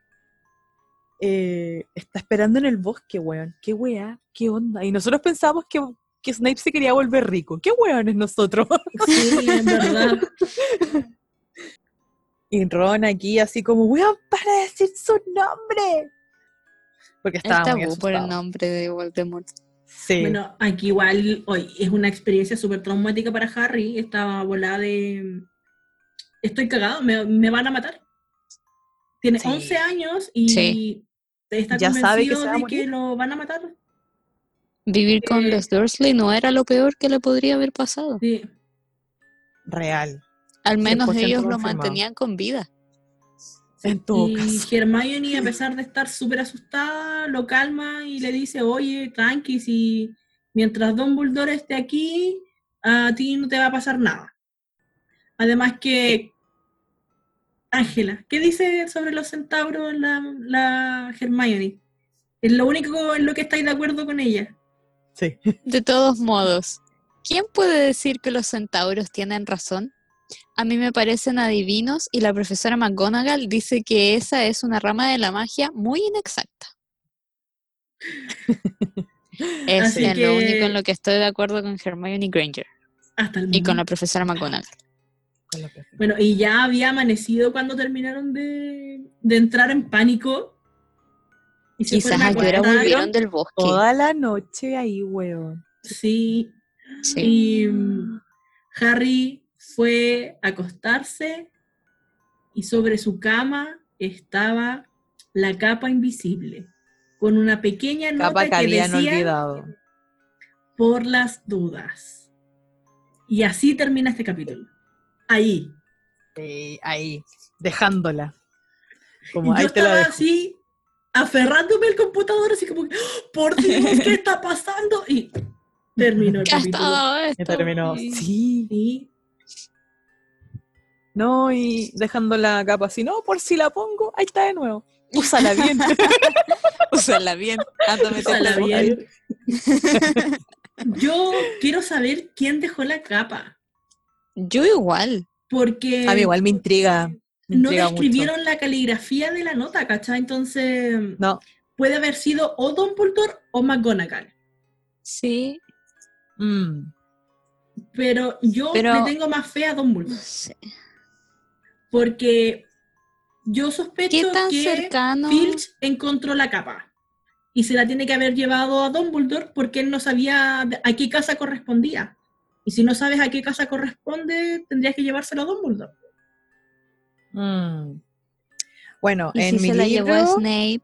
está esperando en el bosque, weón. ¿Qué weá? ¿Qué onda? Y nosotros pensamos que Snape se quería volver rico. ¿Qué weones nosotros? Sí, en verdad. Y Ron aquí así como, weón, para decir su nombre. Porque estaba muy asustado por el nombre de Voldemort. Sí. Bueno, aquí igual hoy es una experiencia súper traumática para Harry. Estaba volada de... Estoy cagado, me van a matar. Tiene 11 años y está ya sabe que convencido de que lo van a matar. Vivir con los Dursley no era lo peor que le podría haber pasado. Sí. Real. Al menos ellos lo mantenían con vida. En todo y caso. Hermione, a pesar de estar súper asustada, lo calma y le dice, oye, tranqui, si mientras Dumbledore esté aquí, a ti no te va a pasar nada. Además que... Ángela, ¿qué dice sobre los centauros la Hermione? Es lo único en lo que estáis de acuerdo con ella. Sí. De todos modos, ¿quién puede decir que los centauros tienen razón? A mí me parecen adivinos y la profesora McGonagall dice que esa es una rama de la magia muy inexacta. Es lo único en lo que estoy de acuerdo con Hermione Granger. Hasta el y con la profesora McGonagall. Bueno, y ya había amanecido cuando terminaron de entrar en pánico. Y quizás ahora volvieron del bosque. Toda la noche ahí, weón. Sí. Y Harry fue a acostarse y sobre su cama estaba la capa invisible con una pequeña nota que habían olvidado. por las dudas. Y así termina este capítulo. Ahí. Ahí, dejándola. Como Y yo ahí te la estaba dejo. así, aferrándome al computador, así como, ¡oh, por Dios, ¿qué está pasando? Y terminó el ¿Qué ha capítulo. estado Ya esto? terminó. Y- Sí. Sí. No, y dejando la capa así, no, por si la pongo, ahí está de nuevo. Úsala bien. Úsala bien. Anda a meter Úsala la bien. Yo quiero saber quién dejó la capa, Yo igual. A mí porque igual me intriga no mucho. describieron la caligrafía de la nota, ¿cachai? Entonces, No. puede haber sido o Dumbledore o McGonagall. Sí, Mm. Pero yo le pero tengo más fe a no Dumbledore, sé. porque yo ¿Qué sospecho tan que cercano? Filch encontró la capa y se la tiene que haber llevado a Dumbledore porque él no sabía a qué casa correspondía. Y si no sabes a qué casa corresponde, tendrías que llevárselo a Dumbledore. Mm. Bueno, ¿Y si en mi se la llevó a libro, Snape?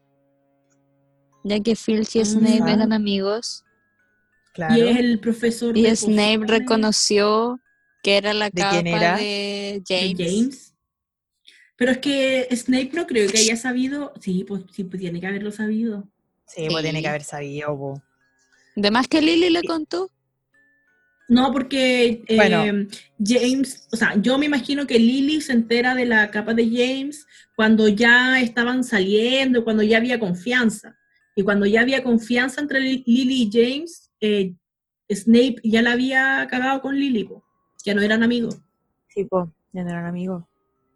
Ya que Filch y Snape quizá, eran amigos. Y es claro, el profesor Y de Snape pociones reconoció que era la de quién capa era. de de James. James. Pero es que Snape no creo que haya sabido. Sí, pues tiene que haberlo sabido. Sí, pues tiene que Sí. haber sabido, po. De más que Lily le Y- contó. No, porque Bueno, James, o sea, yo me imagino que Lily se entera de la capa de James cuando ya estaban saliendo, cuando ya había confianza. Y cuando ya había confianza entre Lily y James, Snape ya la había cagado con Lily, po. Ya no eran amigos. sí, pues, ya no eran amigos.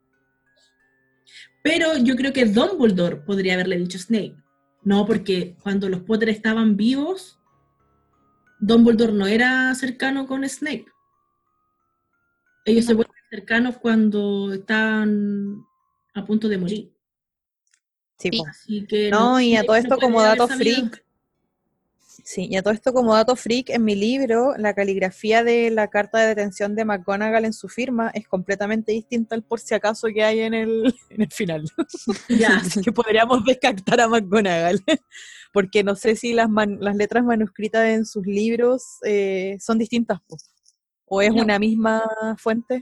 Pero yo creo que Dumbledore podría haberle dicho a Snape. No, porque cuando los Potter estaban vivos, Dumbledore no era cercano con Snape. Ellos se No. vuelven cercanos cuando están a punto de morir. Sí, Sí. pues. Así que no, No, y a Snape todo no esto como puede haber dato sabido. freak, sí, y a todo esto como dato freak, en mi libro, la caligrafía de la carta de detención de McGonagall en su firma es completamente distinta al por si acaso que hay en el, en el final. Ya, Así que podríamos descartar a McGonagall. Porque no sé si las letras manuscritas en sus libros son distintas, po. O es no, una misma fuente,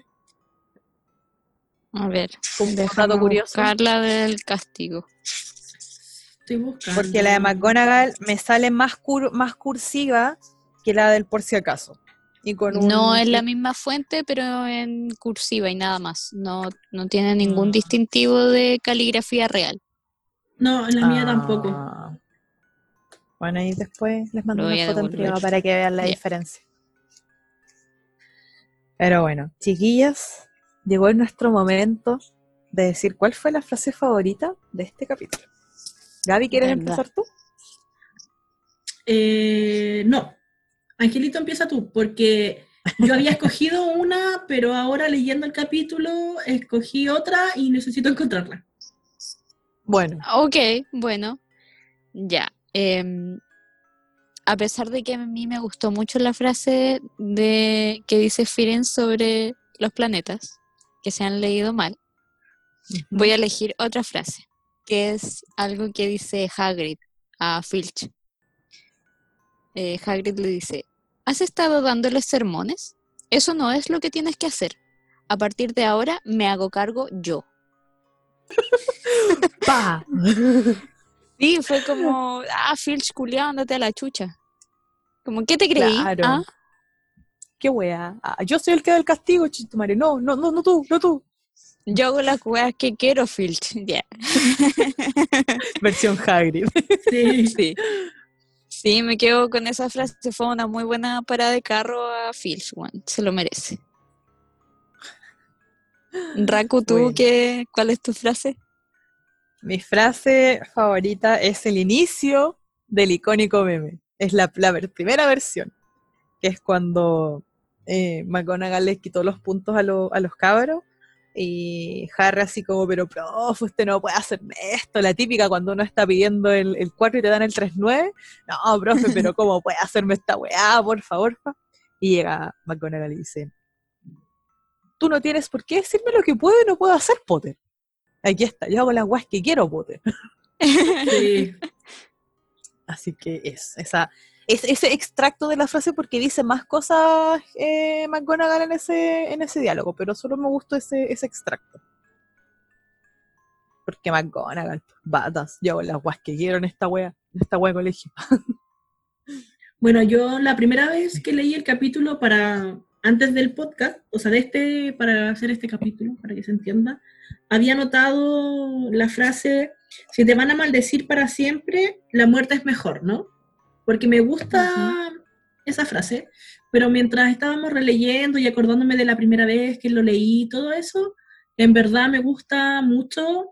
A ver, como un dato déjame curioso. buscar la del castigo. estoy buscando. Porque la de McGonagall me sale más cursiva que la del por si acaso. Y con No un... es la misma fuente, pero en cursiva y nada más. No, no tiene ningún Mm, distintivo de caligrafía real. No, en la mía tampoco. ah, bueno, y después les Lo mando una voy a foto en devolver. privado para que vean la Ya. diferencia. Pero bueno, chiquillas, llegó nuestro momento de decir cuál fue la frase favorita de este capítulo. Gaby, ¿quieres ¿Verdad? empezar tú? No, Angelito, empieza tú, porque yo había escogido una, pero ahora leyendo el capítulo escogí otra y necesito encontrarla. Bueno, Ok, bueno, ya. A pesar de que a mí me gustó mucho la frase de que dice Firenze sobre los planetas, que se han leído mal, voy a elegir otra frase, que es algo que dice Hagrid a Filch. Hagrid le dice, ¿has estado dándoles sermones? Eso no es lo que tienes que hacer. A partir de ahora me hago cargo yo. ¡pa! Sí, fue como, Filch, culiao, ándate a la chucha. Como, ¿qué te creí? ¿Ah? Claro. Qué wea. Ah, yo soy el que da el castigo, chitumare. No, no, no, no tú, no tú. Yo hago las weas que quiero, Filch. Ya. Versión Hagrid. Sí, Sí. Sí, me quedo con esa frase. Fue una muy buena parada de carro a Filch, weón. Se lo merece. Raku, ¿tú Bueno, cuál es tu frase? mi frase favorita es el inicio del icónico meme. Es la primera versión, que es cuando McGonagall les quitó los puntos a los cabros y Harry así como, pero profe, usted no puede hacerme esto, la típica cuando uno está pidiendo el 4 y te dan el 3-9, no, profe, pero ¿cómo puede hacerme esta weá, por favor? Y llega McGonagall y dice, tú no tienes por qué decirme lo que puedo y no puedo hacer, Potter. Aquí está, yo hago las weas que quiero, Potter. sí. Así que esa ese extracto de la frase porque dice más cosas McGonagall en ese diálogo, pero solo me gustó ese extracto. Porque McGonagall, batas, yo las guas que quiero en esta wea de colegio. Bueno, yo la primera vez que leí el capítulo antes del podcast, o sea, para hacer este capítulo, para que se entienda, había notado la frase, si te van a maldecir para siempre, la muerte es mejor, ¿no? Porque me gusta esa frase, pero mientras estábamos releyendo y acordándome de la primera vez que lo leí y todo eso, en verdad me gusta mucho.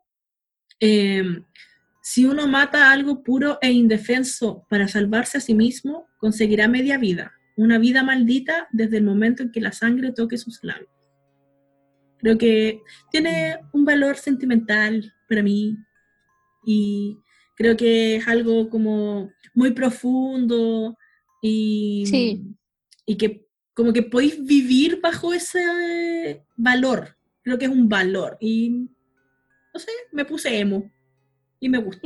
Si uno mata algo puro e indefenso para salvarse a sí mismo, conseguirá media vida, una vida maldita desde el momento en que la sangre toque sus labios. Creo que tiene un valor sentimental para mí y creo que es algo como muy profundo Sí. y que como que podéis vivir bajo ese valor. Creo que es un valor y no sé, me puse emo. Y me gusta.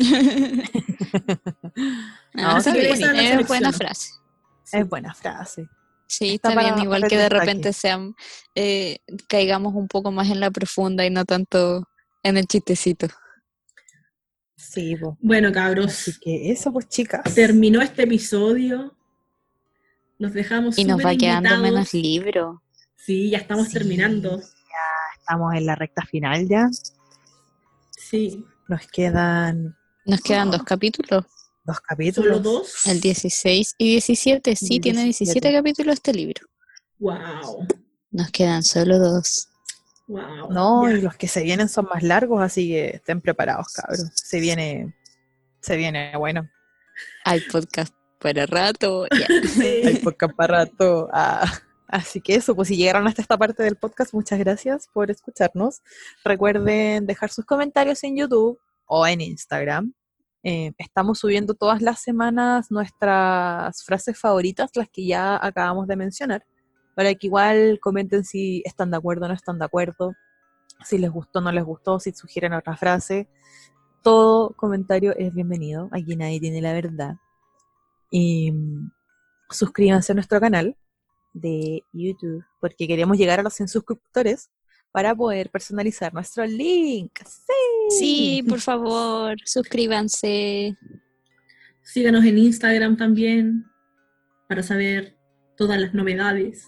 Así que es buena frase. Sí. Es buena frase. Sí, está bien, igual que de repente caigamos un poco más en la profunda y no tanto en el chistecito. Sí, bueno, cabros. Así que eso, pues, chicas. Terminó este episodio. Nos dejamos y nos va invitados. Quedando menos libro. Sí, ya estamos terminando. Ya estamos en la recta final ya. Sí. Nos quedan 2 capítulos. 2 capítulos. ¿Solo 2? El 16 y 17. Sí, tiene 17 capítulos este libro. Wow. Nos quedan solo 2. Wow. No, y los que se vienen son más largos, así que estén preparados, cabros. Se viene bueno. Hay podcast para rato. Yeah. Sí. Hay podcast para rato. Así que eso, pues si llegaron hasta esta parte del podcast, muchas gracias por escucharnos. Recuerden dejar sus comentarios en YouTube o en Instagram. Estamos subiendo todas las semanas nuestras frases favoritas, las que ya acabamos de mencionar, para que igual comenten si están de acuerdo o no están de acuerdo, si les gustó o no les gustó, si sugieren otra frase. Todo comentario es bienvenido, aquí nadie tiene la verdad. Y suscríbanse a nuestro canal de YouTube, porque queremos llegar a los 100 suscriptores para poder personalizar nuestro link. Sí, por favor, suscríbanse. Síganos en Instagram también para saber todas las novedades.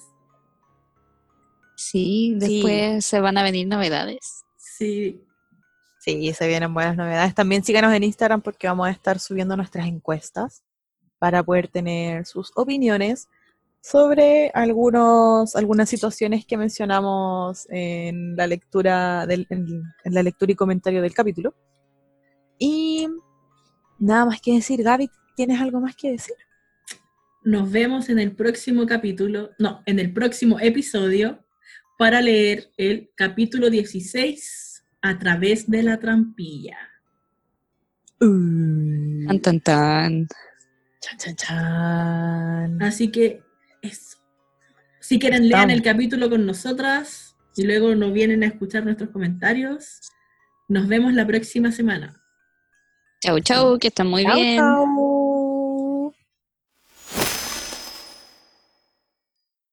Sí, después se van a venir novedades. Sí. Sí, se vienen buenas novedades. También síganos en Instagram porque vamos a estar subiendo nuestras encuestas para poder tener sus opiniones sobre algunas situaciones que mencionamos en la lectura en la lectura y comentario del capítulo. Y nada más que decir. Gaby, ¿tienes algo más que decir? Nos vemos en el próximo en el próximo episodio para leer el capítulo 16, A través de la trampilla. Tan, tan, tan. Chan, chan, chan. Así que eso. Si quieren, lean el capítulo con nosotras y luego nos vienen a escuchar nuestros comentarios. Nos vemos la próxima semana. Chau, chau, que estén muy bien. Chau.